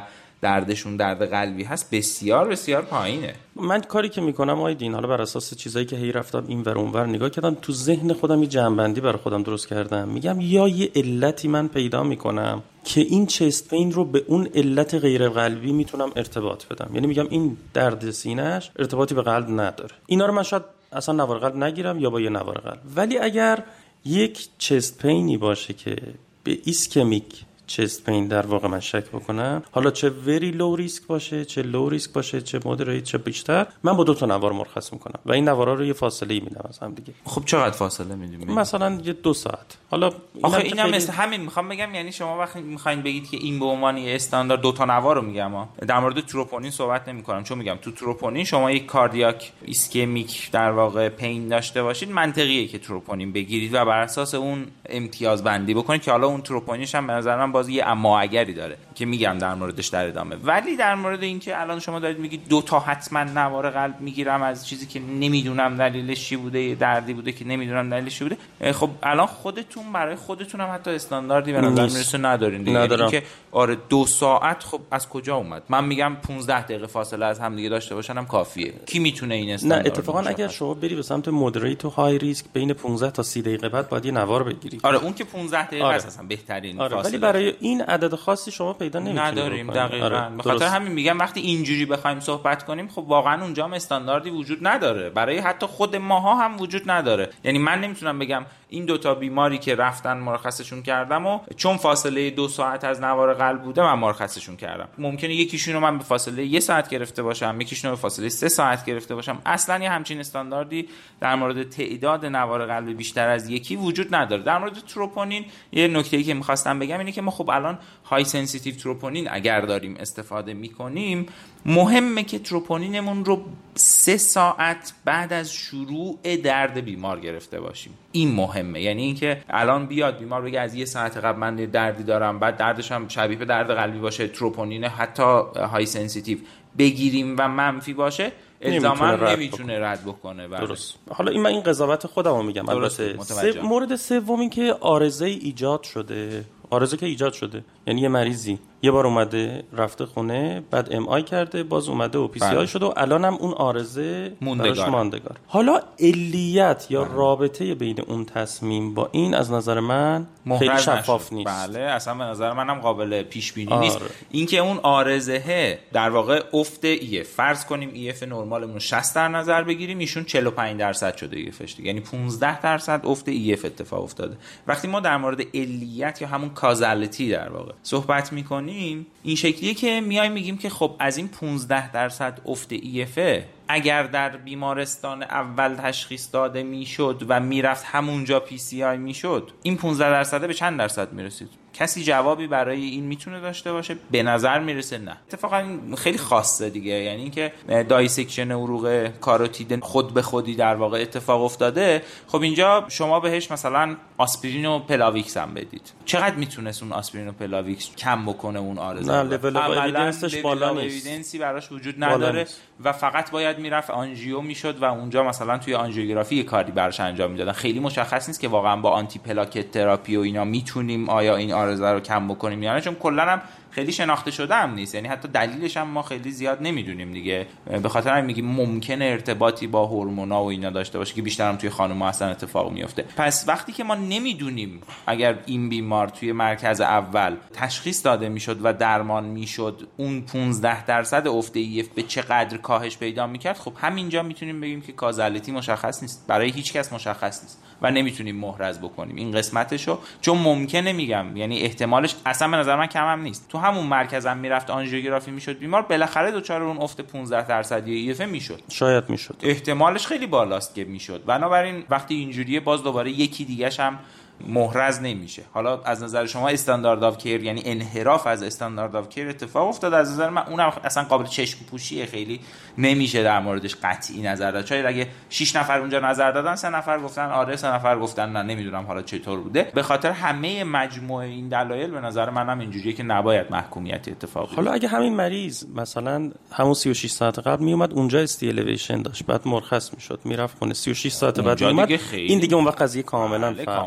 دردشون درد قلبی هست بسیار بسیار پایینه. من کاری که میکنم آیدین، حالا بر اساس چیزایی که هی رفتم این ور اون ور نگاه کردم، تو ذهن خودم یه جنبندی برای خودم درست کردم. میگم یا یه علتی من پیدا میکنم که این چست پین رو به اون علت غیر قلبی میتونم ارتباط بدم، یعنی میگم این درد سینه‌اش ارتباطی به قلب نداره. اینا رو من شاید اصلا نوار قلب نگیرم یا با یه نوار قلب، ولی اگر یک چست پینی باشه که به ایسکمیک چست پین در واقع من شک بکنم، حالا چه وری لو ریسک باشه، چه لو ریسک باشه، چه مودریت، چه بیشتر، من با دو تا نوار مرخص میکنم و این نوارا رو یه فاصله ای میدم از هم دیگه. خب چقدر فاصله میدیم؟ مثلا یه دو ساعت. حالا آخه اینم خیلی... مثل همین میخوام بگم، یعنی شما وقتی میخواین بگید که این به عنوان یه استاندارد دو تا نوار رو میگم ها. در مورد تروپونین صحبت نمیکنم، چون میگم تو تروپونین شما یک کاردیاک ایسکمیک در واقع پین داشته باشید، منطقیه که تروپونین بگیرید و بر اساس اون امتیاز بندی بکنید که حالا اون تروپونینش هم به نظر من باز یه اما اگری داره که میگم در موردش در ادامه. ولی در مورد این که الان شما دارید میگید دو تا حتما نوار قلب میگیرم از چیزی که نمیدونم دلیلش چی بوده، دردی بوده که نمیدونم دلیلش چی بوده، خب الان خودتون برای خودتون هم حتی استانداردی به نظر میرسه ندارین دیگه. این که آره دو ساعت خب از کجا اومد؟ من میگم پانزده دقیقه فاصله از هم دیگه داشته باشن هم کافیه. کی میتونه این استاندارد؟ نه اتفاقا اگر شما بری به سمت مودریت و های ریسک بین پانزده تا سی دقیقه بعد باید یه نوار بگیری. آره اون که پانزده دقیقه آره. اصلا بهترین آره. فاصله. ولی برای این عدد خاصی شما پیدا نمی‌کنید. نداریم دقیقاً. آره. به خاطر همین میگم وقتی اینجوری بخوایم صحبت کنیم خب واقعا اونجا هم استانداردی وجود نداره، برای حتی خود ماها هم وجود نداره. یعنی من نمیتونم بگم این دوتا بیماری که رفتن مرخصشون کردم و چون فاصله دو ساعت از نوار قلب بوده من مرخصشون کردم. ممکنه یکیشون رو من به فاصله یک ساعت گرفته باشم، یکیشون رو به فاصله سه ساعت گرفته باشم. اصلا یه همچین استانداردی در مورد تعداد نوار قلب بیشتر از یکی وجود نداره. در مورد تروپونین یه نکته‌ای که می‌خواستم بگم اینه که ما خب الان های سنسیتیو تروپونین اگر داریم استفاده می‌کنیم، مهمه که تروپونینمون رو سه ساعت بعد از شروع درد بیمار گرفته باشیم. این مهمه، یعنی اینکه الان بیاد بیمار بگه از یه ساعت قبل من دردی دارم، بعد دردش هم شبیه به درد قلبی باشه، تروپونین حتی های سنسیتیو بگیریم و منفی باشه، الزاما نمیتونه رد بکنه. درست. حالا این من این قضاوت خودمو میگم. البته سه مورد سوم این که عارضه ایجاد شده. عارضه که ایجاد شده یعنی یه مریضی یه بار اومده رفته خونه، بعد ام آی کرده، باز اومده و پی سی آی شده و الان هم اون عارضه موندگار. ماندگار. حالا علیت یا بله. رابطه بین اون تصمیم با این از نظر من خیلی شفاف نیست. بله اصلا به نظر منم قابل پیش بینی آره. نیست. این که اون عارضه در واقع افت ایف، فرض کنیم ایف نرمالمون شصت در نظر بگیریم، ایشون چهل و پنج درصد شده ایفش دیگه، یعنی پانزده درصد افت ایف اتفاق افتاده. وقتی ما در مورد علیت یا همون کازالیتی در واقع صحبت می‌کنیم، این شکلیه که میایم میگیم که خب از این پانزده درصد افت ایف اگر در بیمارستان اول تشخیص داده میشد و میرفت همونجا پی سی آی میشد، این پانزده درصد به چند درصد میرسید؟ کسی جوابی برای این میتونه داشته باشه؟ به نظر میرسه نه. اتفاقا خیلی خاصه دیگه، یعنی اینکه دایسکشن عروق کاروتید خود به خودی در واقع اتفاق افتاده. خب اینجا شما بهش مثلا آسپرین و پلاویکس هم بدید، چقدر میتونست اون آسپرین و پلاویکس کم بکنه اون عارضه؟ نه لول اوییدنسش بالا نیست، اوییدنسی براش وجود نداره و فقط باید میرفت آنژیو میشد و اونجا مثلا توی آنژیوگرافی یه کاری براش انجام میدادن. خیلی مشخص نیست که واقعا با آنتی پلاکت تراپی و اینا میتونیم آیا این عارضه رو کم بکنیم یا نه، چون کلا هم خیلی شناخته شده هم نیست، یعنی حتی دلیلش هم ما خیلی زیاد نمیدونیم دیگه. به خاطر همین میگیم ممکنه ارتباطی با هورمونا و اینا داشته باشه که بیشتر هم توی خانم‌ها اصلا اتفاق میفته. پس وقتی که ما نمیدونیم اگر این بیمار توی مرکز اول تشخیص داده میشد و درمان میشد اون پانزده درصد افت ایف به چقدر کاهش پیدا میکرد، خب همینجا میتونیم بگیم که کازالیتی مشخص نیست، برای هیچ کس مشخص نیست و نمیتونیم محرز بکنیم این قسمتشو، چون ممکنه میگم یعنی احتمالش اصلا به نظر من کم هم نیست. تو همون مرکزم میرفت آنژیوگرافی میشد بیمار، بالاخره دوچار اون افت پانزده درصدی ایف میشد، شاید میشد، احتمالش خیلی بالاست که میشد. بنابراین وقتی اینجوریه باز دوباره یکی دیگه‌ش هم محرز نمیشه. حالا از نظر شما استاندارد آف کیر یعنی انحراف از استاندارد آف کیر اتفاق افتاد، از نظر من اونم اصلا قابل چشم پوشیه، خیلی نمیشه در موردش قطعی نظر داد. چون اگه شش نفر اونجا نظر دادن، سه نفر گفتن آره، سه نفر گفتن نه، نمیدونم حالا چطور بوده. به خاطر همه مجموعه این دلایل به نظر منم اینجوریه که نباید محکومیت اتفاق بیفته. حالا اگه همین مریض مثلا همون سی و شش ساعت قبل میومد اونجا استی الیویشن داشت، بعد مرخص میشد میرفت خونه، سی و شش ساعت بعد میومد، این دیگه اون وقت قضیه کاملا فرق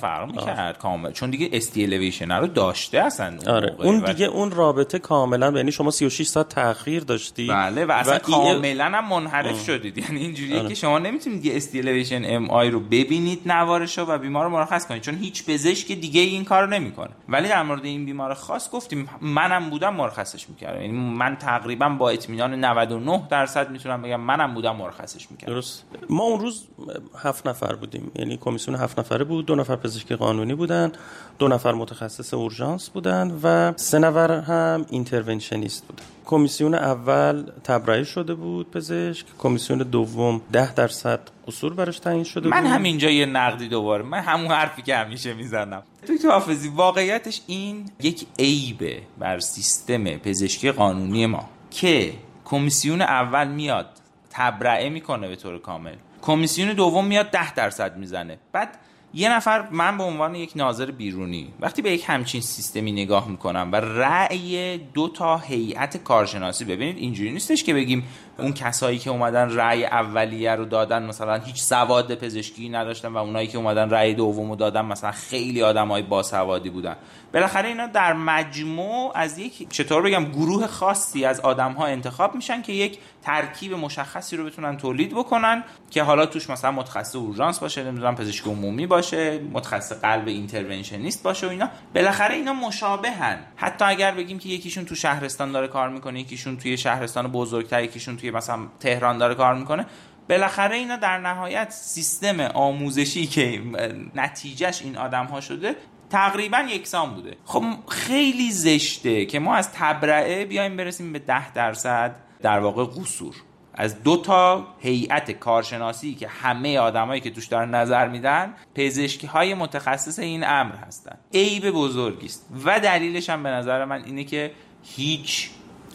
فرق میکرد کامل، چون دیگه استی الیویشن رو داشته اصلا. آره اون دیگه اون رابطه کاملا، یعنی شما سی و شش ساعت تأخیر داشتی. بله و اصلا و کاملا هم منحرف آه. شدید. یعنی اینجوریه آره. که شما نمیتونید دیگه استی الیویشن ام آی رو ببینید نوارشو و بیمار رو مرخص کنید، چون هیچ پزشک دیگه این کارو نمیکنه. ولی در مورد این بیمار خاص گفتیم منم بودم مرخصش میکردم. یعنی من تقریبا با اطمینان نود و نه درصد میتونم بگم منم بودم مرخصش میکردم. درست. ما اون روز هفت نفر بودیم، یعنی کمیسیون هفت نفره بود. دو نفر پزشک قانونی بودن، دو نفر متخصص اورژانس بودن و سه نفر هم اینترونشنیست بودن. کمیسیون اول تبرئه شده بود پزشک، کمیسیون دوم ده درصد قصور براش تعیین شده من بود. من همینجا یه نقدی دوباره، من همون حرفی که همیشه میزنم دکتر حافظی، واقعیتش این یک عیبه بر سیستم پزشکی قانونی ما که کمیسیون اول میاد تبرئه میکنه به طور کامل، کمیسیون دوم میاد ده درصد میزنه. بعد یه نفر، من به عنوان یک ناظر بیرونی وقتی به یک همچین سیستمی نگاه میکنم و رأی دو تا هیئت کارشناسی، ببینید اینجوری نیستش که بگیم اون کسایی که اومدن رأی اولیه رو دادن مثلا هیچ سواد پزشکی نداشتن و اونایی که اومدن رأی دومو دادن مثلا خیلی آدمای باسوادی بودن. بالاخره اینا در مجموع از یک، چطور بگم، گروه خاصی از آدم‌ها انتخاب میشن که یک ترکیب مشخصی رو بتونن تولید بکنن که حالا توش مثلا متخصص اورژانس باشه، نمیدونم پزشک عمومی باشه، متخصص قلب اینترونشنیست باشه و اینا. بالاخره اینا مشابهن. حتی اگر بگیم که یکیشون تو شهرستان داره کار میکنه، یکیشون توی شهرستان بزرگتر، یکیشون توی مثلا تهران داره کار میکنه، بالاخره اینا در نهایت سیستم آموزشی که نتیجهش این آدم‌ها شده تقریبا یکسان بوده. خب خیلی زشته که ما از تبرئه بیایم برسیم به ده درصد در واقع قصور از دو تا هیئت کارشناسی که همه آدمایی که توش دارن نظر میدن پزشکی های متخصص این امر هستن. عیب بزرگی است و دلیلش هم به نظر من اینه که هیچ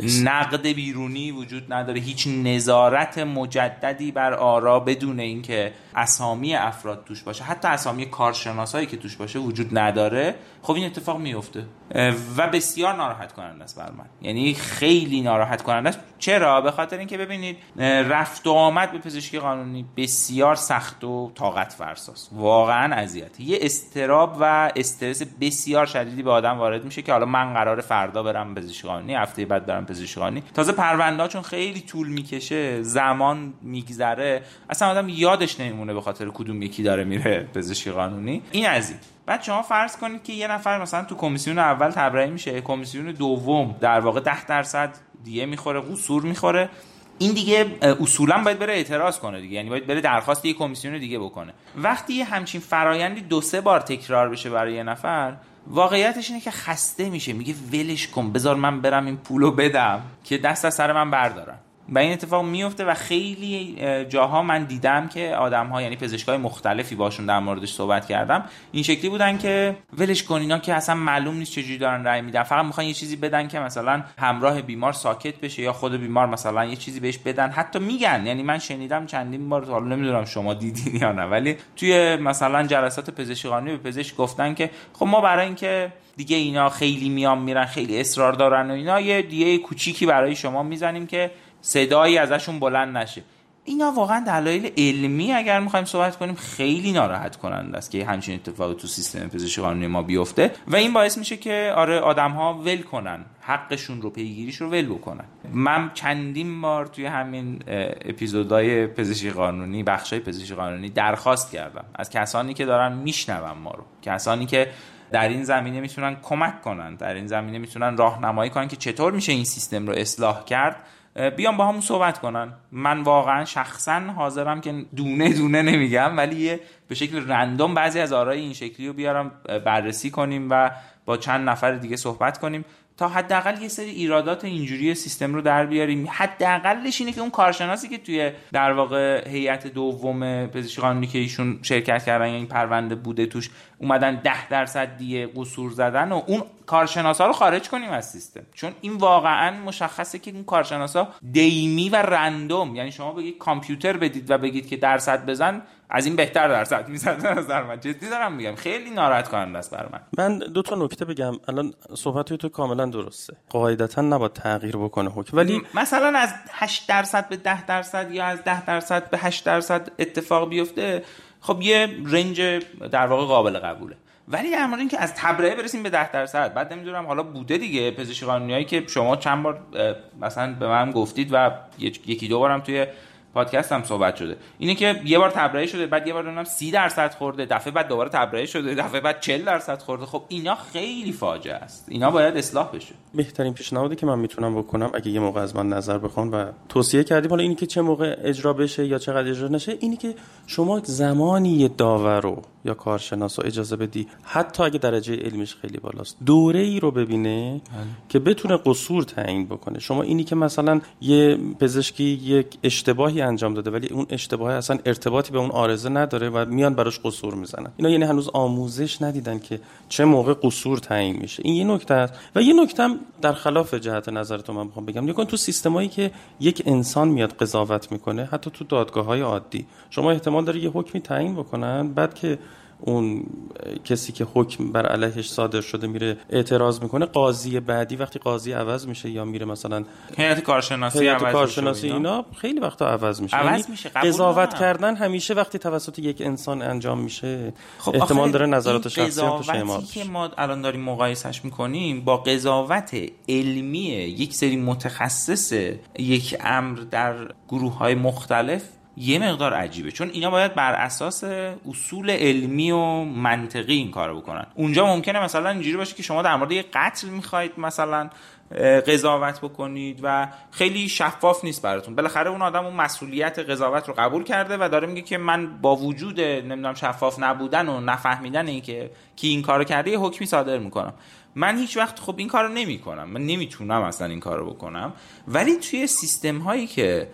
نقد بیرونی وجود نداره، هیچ نظارت مجددی بر آرا بدون اینکه اسامی افراد توش باشه، حتی اسامی کارشناسایی که توش باشه وجود نداره. خب این اتفاق میفته و بسیار ناراحت کننده است بر من. یعنی خیلی ناراحت کننده است. چرا؟ به خاطر اینکه ببینید رفت و آمد به پزشکی قانونی بسیار سخت و طاقت فرساست، واقعا اذیت، یه اضطراب و استرس بسیار شدیدی به آدم وارد میشه که حالا من قراره فردا برم پزشکی قانونی، هفته بعد برم پزشکی قانونی، تازه پرونده چون خیلی طول میکشه، زمان میگذره، اصلا آدم یادش نمیمونه به خاطر کدوم یکی داره میره پزشکی قانونی. این از این. بعد شما فرض کنید که یه نفر مثلا تو کمیسیون اول تبرئه میشه، کمیسیون دوم در واقع ده درصد دیه میخوره، قصور میخوره، این دیگه اصولا باید بره اعتراض کنه دیگه، یعنی باید بره درخواست یه کمیسیون دیگه بکنه. وقتی یه همچین فرایندی دو سه بار تکرار بشه برای یه نفر، واقعیتش اینه که خسته میشه، میگه ولش کن، بذار من برم این پولو بدم که دست از سر من بردارن. و این اتفاق میفته و خیلی جاها من دیدم که آدم‌ها، یعنی پزشکای مختلفی باشون در موردش صحبت کردم، این شکلی بودن که ولش کن اینا که اصلا معلوم نیست چجوری دارن رأی میدن، فقط میخوان یه چیزی بدن که مثلا همراه بیمار ساکت بشه یا خود بیمار مثلا یه چیزی بهش بدن. حتی میگن، یعنی من شنیدم چندین بار، حالا نمیدونم شما دیدین یا نه، ولی توی مثلا جلسات پزشکی قانونی به پزشک گفتن که خب ما برای اینکه دیگه اینا خیلی میام میرن، خیلی اصرار دارن و اینا، یه دیگه کوچیکی برای شما میزنیم که صدایی ازشون بلند نشه. اینا واقعا دلایل علمی اگر میخوایم صحبت کنیم خیلی ناراحت کننده است که همچین اتفاقی تو سیستم پزشکی قانونی ما بیفته و این باعث میشه که آره آدم‌ها ول کنن، حقشون رو، پیگیریش رو ول بکنن. من چندین بار توی همین اپیزودهای پزشکی قانونی، بخشای پزشکی قانونی درخواست کردم از کسانی که دارن میشنون ما رو، کسانی که در این زمینه میتونن کمک کنن، در این زمینه میتونن راهنمایی کنن که چطور میشه این سیستم رو اصلاح کرد، بیان با همون صحبت کنن. من واقعا شخصا حاضرم که دونه دونه نمیگم، ولی یه به شکل رندوم بعضی از آرای این شکلی رو بیارم بررسی کنیم و با چند نفر دیگه صحبت کنیم تا حداقل یه سری ایرادات اینجوری سیستم رو در بیاریم. حداقلش اینه که اون کارشناسی که توی در واقع هیئت دوم پزشکی قانونی که ایشون شرکت کردن یا این پرونده بوده توش اومدن ده درصد دیگه قصور زدن و اون کارشناسا رو خارج کنیم از سیستم، چون این واقعا مشخصه که اون کارشناسا دیمی و رندوم، یعنی شما بگید کامپیوتر بدید و بگید که درصد بزن، از این بهتر درصد میزنه. نظر من، جدی دارم میگم، خیلی ناراحت کننده است برای من. من دو تا نکته بگم. الان صحبت تو کاملا درسته، قاعدتا نباید تغییر بکنه حکم، ولی مثلا از هشت درصد به ده درصد یا از ده درصد به هشت درصد اتفاق بیفته، خب یه رنج در واقع قابل قبوله. ولی در مورد اینکه از تبرئه برسیم به ده درصد، بعد نمیدونم حالا بوده دیگه پزشکی قانونیایی که شما چند بار مثلا به من گفتید و یکی دو بارم توی پادکست هم صحبت شده، اینه که یه بار تبرئه شده، بعد یه بار اونم سی درصد خورده، دفعه بعد دوباره تبرئه شده، دفعه بعد چهل درصد خورده. خب اینا خیلی فاجعه است، اینا باید اصلاح بشه. بهترین پیشنهادی که من میتونم بکنم اگه یه موقع از من نظر بخوان و توصیه کردیم، حالا اینی که چه موقع اجرا بشه یا چقدر اجرا نشه، اینی که شما زمانی یه داور رو یا کارشناس رو اجازه بدی، حتی اگه درجه علمیش خیلی بالاست، دوره ای رو ببینه هل. که بتونه قصور تعیین بکنه. شما اینی که مثلا یه پزشکی یک اشتباهی انجام داده ولی اون اشتباه اصلا ارتباطی به اون عارضه نداره و میان براش قصور میزنن، اینا یعنی هنوز آموزش ندیدن که چه موقع قصور تعیین میشه. این یه نکته است. و یه نکته هم در خلاف جهت نظرتو من میخوام بگم، نگاه کن تو سیستمایی که یک انسان میاد قضاوت میکنه، حتی تو دادگاه‌های عادی شما احتمال داره یه حکمی تعیین بکنن، بعد که اون کسی که حکم بر علیهش صادر شده میره اعتراض میکنه، قاضی بعدی وقتی قاضی عوض میشه یا میره مثلا هیئت کارشناسی عوض کارشناسی اینا. اینا خیلی وقتا عوض میشه. عوض یعنی میشه. قضاوت کردن همیشه وقتی توسط یک انسان انجام میشه، خب احتمال داره نظرات شخصی هم توش اعمال بشه. که ما الان داریم مقایسهش میکنیم با قضاوت علمی یک سری متخصص یک امر در گروه‌های مختلف یه مقدار عجیبه، چون اینا باید بر اساس اصول علمی و منطقی این کارو بکنن. اونجا ممکنه مثلا اینجوری باشه که شما در مورد یه قتل میخواید مثلا قضاوت بکنید و خیلی شفاف نیست براتون، بالاخره اون آدم اون مسئولیت قضاوت رو قبول کرده و داره میگه که من با وجود نمیدونم شفاف نبودن و نفهمیدن این که کی این کارو کرده یه حکمی صادر میکنم. من هیچ وقت خب این کارو نمیکنم، من نمیتونم اصلا این کارو بکنم. ولی توی سیستم هایی که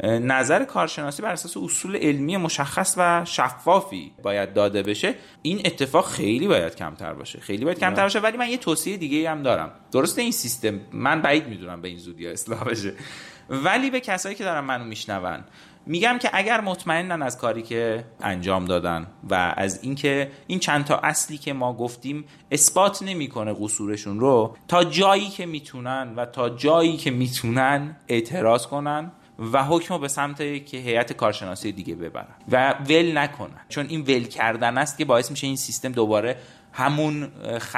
نظر کارشناسی بر اساس اصول علمی مشخص و شفافی باید داده بشه، این اتفاق خیلی باید کمتر باشه، خیلی باید کمتر باشه. ولی من یه توصیه دیگه هم دارم. درسته این سیستم من بعید میدونم به این زودی اصلاح بشه، ولی به کسایی که دارن منو میشنون میگم که اگر مطمئنن از کاری که انجام دادن و از اینکه این چند تا اصلی که ما گفتیم اثبات نمیکنه قصورشون رو، تا جایی که میتونن و تا جایی که میتونن اعتراض کنن و حکمو به سمت که هیئت کارشناسی دیگه ببرن و ول نکنن، چون این ول کردن است که باعث میشه این سیستم دوباره همون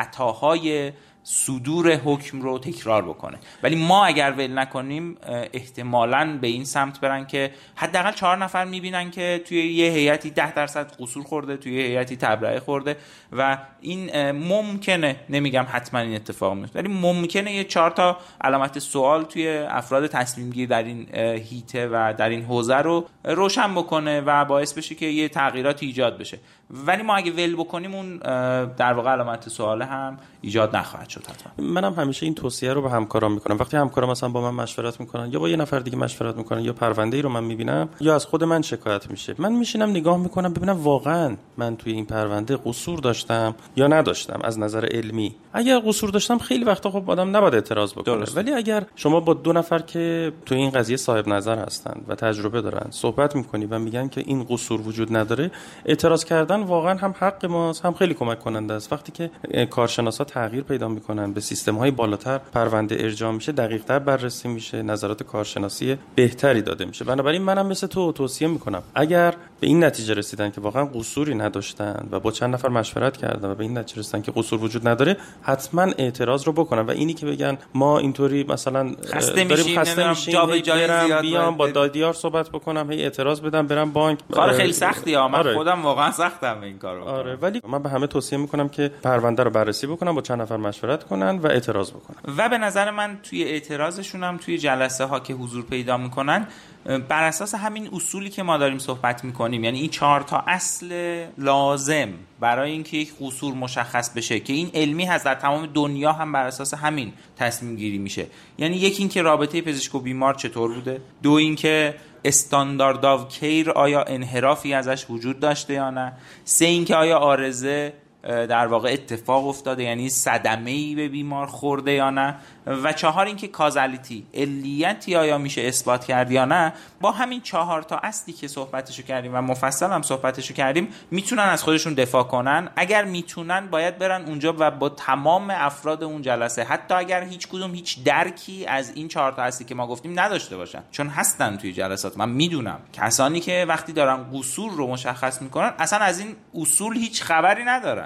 خطاهای صدور حکم رو تکرار بکنه. ولی ما اگر ول نکنیم احتمالاً به این سمت برن که حداقل چهار نفر میبینن که توی یه هیئتی ده درصد قصور خورده، توی یه هیئتی تبرئه خورده و این ممکنه، نمیگم حتما این اتفاق میفته، ولی ممکنه یه چهار تا علامت سوال توی افراد تصمیم گیر در این هیته و در این حوزه رو روشن بکنه و باعث بشه که یه تغییراتی ایجاد بشه. ولی ما اگه ول بکنیم اون در واقع علامت سوال هم ایجاد نخواهد شد. حتما منم همیشه این توصیه رو به همکارام میکنم. وقتی همکارام مثلا با من مشورت میکنن یا با یه نفر دیگه مشورت میکنن یا پرونده‌ای رو من میبینم یا از خود من شکایت میشه، من میشینم نگاه میکنم ببینم واقعا من توی این پرونده قصور داشتم یا نداشتم از نظر علمی. اگر قصور داشتم خیلی وقتا خب آدم نباید اعتراض بکنه درست. ولی اگر شما با دو نفر که توی این قضیه صاحب نظر هستن و تجربه دارن صحبت میکنی و میگن که این قصور وجود نداره، اعتراض کردن واقعا هم حق ماست هم خیلی کمک کننده است. وقتی که کارشناسا تغییر پیدا میکنن، به سیستم‌های بالاتر پرونده ارجاع میشه، دقیق‌تر بررسی میشه، نظرات کارشناسی بهتری داده میشه. بنابراین منم مثل تو توصیه میکنم اگر به این نتیجه رسیدن که واقعا قصوری نداشتن و با چند نفر مشورت کردن و به این نتیجه رسیدن که قصور وجود نداره، حتما اعتراض رو بکنن و اینی که بگن ما اینطوری مثلا خسته داریم میشیم، خسته میشیم جا به جای زیاد بیام با دادیار صحبت بکنم، هی اعتراض بدم، برم بانک، کار خیلی سختی ها. من آره. خودم واقعا سختم این کارو بکنم. آره، ولی من به همه توصیه میکنم که پرونده رو بررسی بکنن، با چند نفر مشورت کنن و اعتراض بکنن. و به نظر من توی اعتراضشون هم توی جلسه ها که حضور پیدا میکنن بر اساس همین اصولی که ما داریم صحبت میکنیم، یعنی این چهار تا اصل لازم برای اینکه یک قصور مشخص بشه که این علمی هست، در تمام دنیا هم بر اساس همین تصمیم گیری میشه. یعنی یکی این که رابطه پزشک و بیمار چطور بوده، دو این که استاندارد آف کیر آیا انحرافی ازش وجود داشته یا نه، سه این که آیا عارضه در واقع اتفاق افتاده یعنی صدمه‌ای به بیمار خورده یا نه، و چهار این که کازالیتی علیتی آیا میشه اثبات کرد یا نه. با همین چهار تا اصلی که صحبتشو کردیم و مفصل هم صحبتشو کردیم میتونن از خودشون دفاع کنن. اگر میتونن باید برن اونجا و با تمام افراد اون جلسه، حتی اگر هیچ کدوم هیچ درکی از این چهار تا اصلی که ما گفتیم نداشته باشن، چون هستن توی جلسات. من میدونم کسانی که وقتی دارن قصور رو مشخص میکنن اصلا از این اصول هیچ خبری ندارن.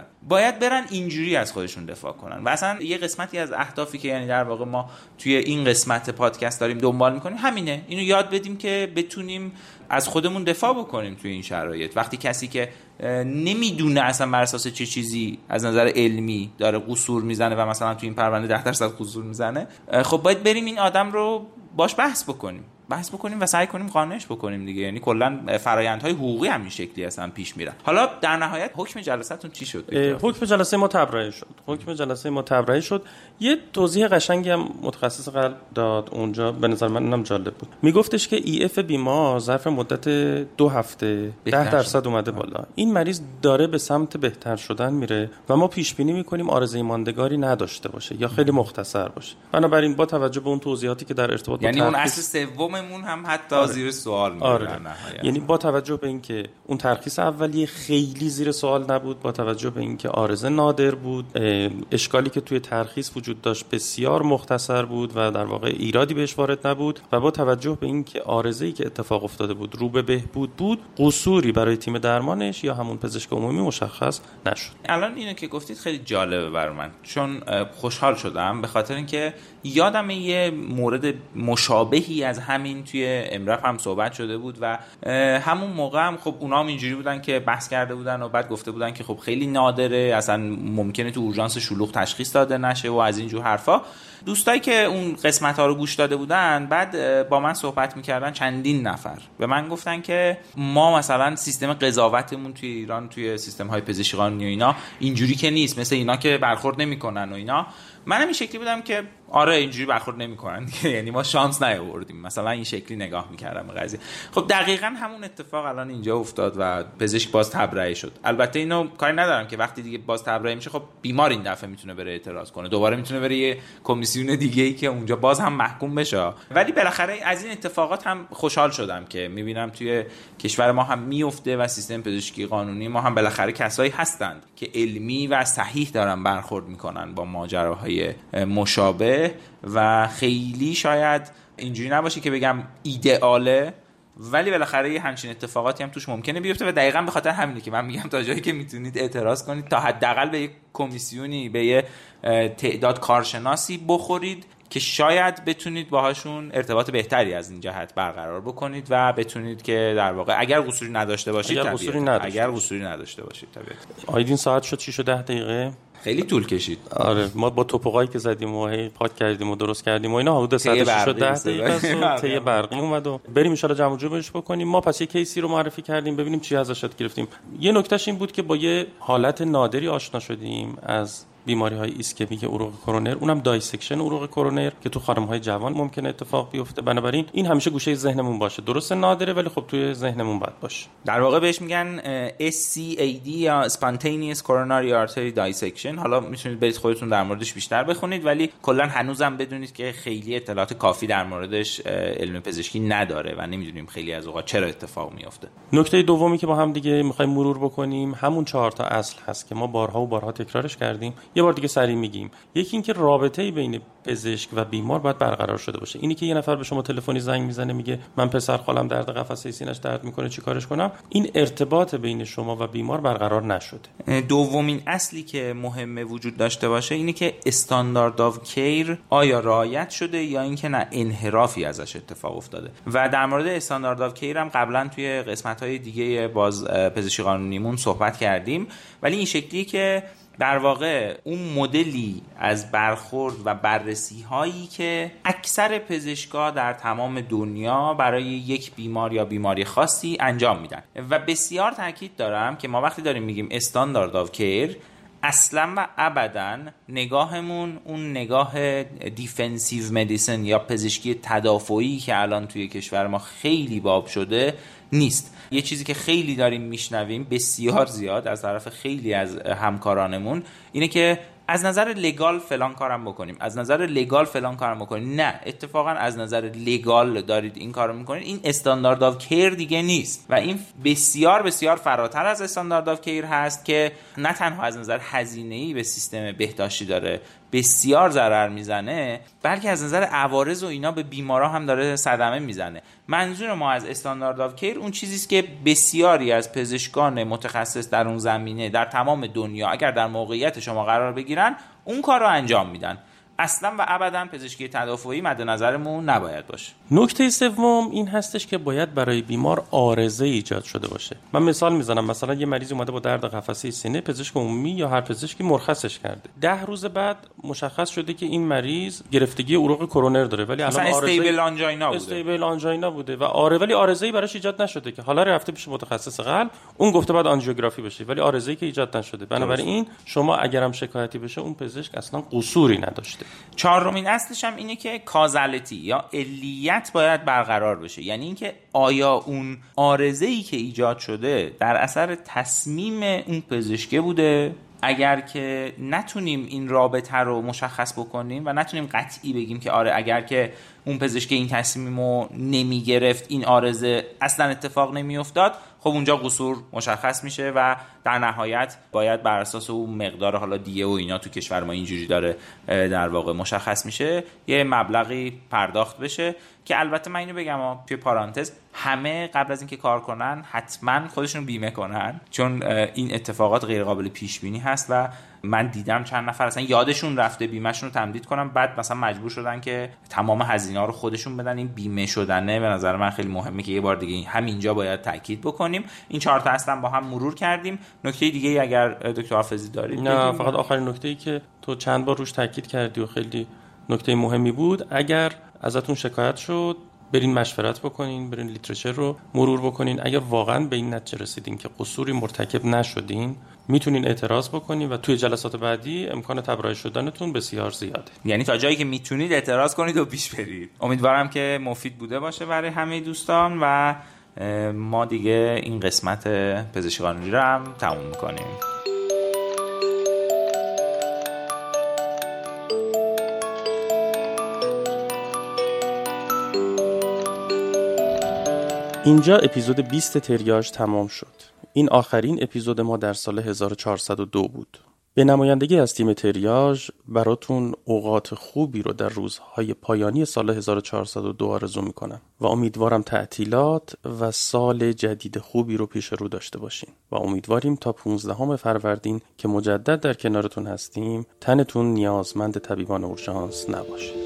ندارن، باید برن اینجوری از خودشون دفاع کنن. و اصلا یه قسمتی از اهدافی که یعنی در واقع ما توی این قسمت پادکست داریم دنبال میکنیم همینه، اینو یاد بدیم که بتونیم از خودمون دفاع بکنیم توی این شرایط. وقتی کسی که نمیدونه اصلا بر اساس چه چیزی از نظر علمی داره قصور میزنه و مثلا توی این پرونده ده درصد قصور میزنه، خب باید بریم این آدم رو باش بحث بکنیم بحث بکنیم و سعی کنیم قانعش بکنیم دیگه. یعنی کلا فرآیندهای حقوقی همین شکلی هستن پیش میرن. حالا در نهایت حکم جلسه‌تون چی شد؟ حکم جلسه ما تبرئه شد. حکم جلسه ما تبرئه شد. یه توضیح قشنگی هم متخصص قلب داد اونجا، به نظر من اونم جالب بود. میگفتش که ای اف بیمار ظرف مدت دو هفته ده درصد اومده بالا. این مریض داره به سمت بهتر شدن میره و ما پیش بینی میکنیم آرزوی ماندگاری نداشته باشه یا خیلی مختصر باشه. بنابراین با توجه به اون توضیحاتی که در ارتباط با یعنی اون اصل سوممون هم حتی آره. زیر سوال میره. آره. یعنی با توجه به اینکه اون ترخیص اولیه خیلی زیر سوال نبود، با توجه به اینکه عارضه نادر بود، اشکالی که توی ترخیص وجود داشت بسیار مختصر بود و در واقع ایرادی بهش وارد نبود، و با توجه به اینکه عارضه‌ای که اتفاق افتاده بود رو به بهبود بود، قصوری برای تیم درمانش یا همون پزشک عمومی مشخص نشد. الان اینو که گفتید خیلی جالبه برای من، چون خوشحال شدم به خاطر اینکه یادم یه مورد مشابهی از همین توی امرف هم صحبت شده بود و همون موقع هم خب اونا هم اینجوری بودن که بحث کرده بودن و بعد گفته بودن که خب خیلی نادره، اصلا ممکنه تو اورژانس شلوغ تشخیص داده نشه و از اینجور حرفا. دوستایی که اون قسمت ها رو گوش داده بودن بعد با من صحبت میکردن، چندین نفر به من گفتن که ما مثلا سیستم قضاوتمون توی ایران توی سیستم های پزشکی قانونی و اینا اینجوری که نیست، مثل اینا که برخورد نمیکنن و اینا. منم این شکلی بودم که آره اینجوری برخورد نمیکنن یعنی ما شانس نیاوردیم، مثلا این شکلی نگاه میکردم به قضیه. خب دقیقاً همون اتفاق الان اینجا افتاد و پزشک باز تبرئه شد. البته اینو کاری ندارم که وقتی دیگه باز تبرئه میشه خب بیمار این دفعه میتونه بره اعتراض کنه، دوباره میتونه بره یه کمیسیون دیگه ای که اونجا باز هم محکوم بشه. ولی بالاخره از این اتفاقات هم خوشحال شدم که میبینم توی کشور ما هم میفته و سیستم پزشکی قانونی ما هم بالاخره کسایی هستند که علمی و صحیح دارن برخورد میکنن با ماجراهای مشابه و خیلی شاید اینجوری نباشه که بگم ایدئاله، ولی بالاخره یه همچین اتفاقاتی هم توش ممکنه بیفته و دقیقاً به خاطر همینه که من میگم تا جایی که میتونید اعتراض کنید، تا حداقل به یه کمیسیونی، به یه تعداد کارشناسی بخورید که شاید بتونید باهاشون ارتباط بهتری از این جهت برقرار بکنید و بتونید که در واقع اگر قصوری نداشته باشید اگر قصوری نداشته اگر قصوری نداشته باشید طبیعت. آیدین ساعت شد شش و ده دقیقه، خیلی طول کشید. آره ما با توپقایی که زدیم و هی پاک کردیم و درست کردیم و اینا حدود ساعت شش و ده دقیقه است. طی برقی اومد و بریم ان شاء الله جمع جورش بکنیم. ما پس یه کیسی رو معرفی کردیم ببینیم چی ازش یاد گرفتیم. یه نکتهش این بود که با یه حالت نادری آشنا شدیم از بیماری‌های ایسکمیک عروق کرونر، اونم دایسکشن عروق کرونر که تو خانم‌های جوان ممکنه اتفاق بیفته. بنابراین این همیشه گوشه ذهنمون باشه. درسته نادره ولی خب توی ذهنمون باید باشه. در واقع بهش میگن اس سی ای دی یا Spontaneous Coronary Artery Dissection. حالا میتونید برید خودتون در موردش بیشتر بخونید، ولی کلا هنوزم بدونید که خیلی اطلاعات کافی در موردش علم پزشکی نداره و نمیدونیم خیلی از اوقات چرا اتفاق میفته. نکته دومی که با هم دیگه می‌خوایم مرور بکنیم همون چهار تا اصل هست که ما بارها و بارها تکرارش کردیم. یه بار دیگه سریع میگیم. یکی این که رابطه‌ای بین پزشک و بیمار باید برقرار شده باشه. اینی که یه نفر به شما تلفنی زنگ میزنه میگه من پسر خالم درد قفسه سینه‌اش درد میکنه چیکارش کنم، این ارتباط بین شما و بیمار برقرار نشده. دومین اصلی که مهمه وجود داشته باشه اینه که استاندارد آف کیر آیا رعایت شده یا اینکه نه انحرافی ازش اتفاق افتاده. و در مورد استاندارد آف کیر هم قبلا توی قسمت‌های دیگه باز پزشکی قانونیمون صحبت کردیم، ولی این شکلی که در واقع اون مدلی از برخورد و بررسی هایی که اکثر پزشکا در تمام دنیا برای یک بیمار یا بیماری خاصی انجام میدن و بسیار تاکید دارم که ما وقتی داریم میگیم استاندارد آف کیر اصلا و ابدا نگاهمون اون نگاه دیفنسیو مدیسن یا پزشکی تدافعی که الان توی کشور ما خیلی باب شده نیست. یه چیزی که خیلی داریم میشنویم بسیار زیاد از طرف خیلی از همکارانمون اینه که از نظر لگال فلان کارم بکنیم، از نظر لگال فلان کارم بکنیم. نه، اتفاقا از نظر لگال دارید این کارو میکنید، این استاندارد آف کیر دیگه نیست و این بسیار بسیار فراتر از استاندارد آف کیر هست که نه تنها از نظر هزینه‌ای به سیستم بهداشتی داره بسیار ضرر میزنه، بلکه از نظر عوارض و اینا به بیمارا هم داره صدمه میزنه. منظور ما از استاندارد آف کیر اون چیزیست که بسیاری از پزشکان متخصص در اون زمینه در تمام دنیا اگر در موقعیت شما قرار بگیرن اون کار رو انجام میدن. اصلا و ابدا پزشکی تدافعی مد نظرمون نباید باشه. نکته سوم این هستش که باید برای بیمار عارضه ایجاد شده باشه. من مثال میزنم، مثلا یه مریض اومده با درد قفسه سینه، پزشک عمومی یا هر پزشکی مرخصش کرده. ده روز بعد مشخص شده که این مریض گرفتگی عروق کرونر داره، ولی الان عارضه استیبل آنژینا بوده. استیبل آنژینا بوده و آره ولی عارضه‌ای براش ایجاد نشده که حالا رفته پیش متخصص قلب، اون گفته بعد آنژیوگرافی بشه، ولی عارضه‌ای که ایجاد نشده. بنابراین شما اگرم شکایتی بشه اون پزشک اصلا قصوری نداشته. چهارمین اصلش هم اینه که کازالیتی یا علیت باید برقرار بشه، یعنی اینکه آیا اون عارضه‌ای که ایجاد شده در اثر تصمیم اون پزشکه بوده. اگر که نتونیم این رابطه رو مشخص بکنیم و نتونیم قطعی بگیم که آره اگر که اون پزشک این تصمیمو نمی گرفت این عارضه اصلا اتفاق نمی افتاد، خب اونجا قصور مشخص میشه و در نهایت باید بر اساس اون مقدار حالا دیه و اینا تو کشور ما اینجوری داره در واقع مشخص میشه یه مبلغی پرداخت بشه. که البته من اینو بگم توی پارانتز همه قبل از اینکه کار کنن حتما خودشون بیمه کنن، چون این اتفاقات غیر قابل پیش بینی هست و من دیدم چند نفر اصلا یادشون رفته بیمهشون رو تمدید کنن، بعد مثلا مجبور شدن که تمام هزینه‌ها رو خودشون بدن. این بیمه شدنه به نظر من خیلی مهمه که یه بار دیگه همینجا باید تاکید بکنیم. این چهار تا اصلا با هم مرور کردیم. نکته دیگه ای اگر دکتر حافظی دارید؟ نه، فقط آخرین نکته‌ای که تو چند بار روش تاکید کردی و خیلی نکته مهمی بود، اگر ازتون شکایت شد برین مشورت بکنین، برین لیترچر رو مرور بکنین. اگر واقعا به این نتیجه رسیدین که قصوری مرتکب نشدین میتونین اعتراض بکنین و توی جلسات بعدی امکان تبرئه شدنتون بسیار زیاده. یعنی تا جایی که میتونید اعتراض کنید و پیش برید. امیدوارم که مفید بوده باشه برای همه دوستان و ما دیگه این قسمت پزشکی قانونی رو هم تموم میکنیم. اینجا اپیزود بیست تریاج تمام شد. این آخرین اپیزود ما در سال هزار و چهارصد و دو بود. به نمایندگی از تیم تریاج براتون اوقات خوبی رو در روزهای پایانی سال هزار و چهارصد و دو آرزو میکنم و امیدوارم تعطیلات و سال جدید خوبی رو پیش رو داشته باشین و امیدواریم تا پانزدهم فروردین که مجدد در کنارتون هستیم تنتون نیازمند طبیبان اورژانس نباشه.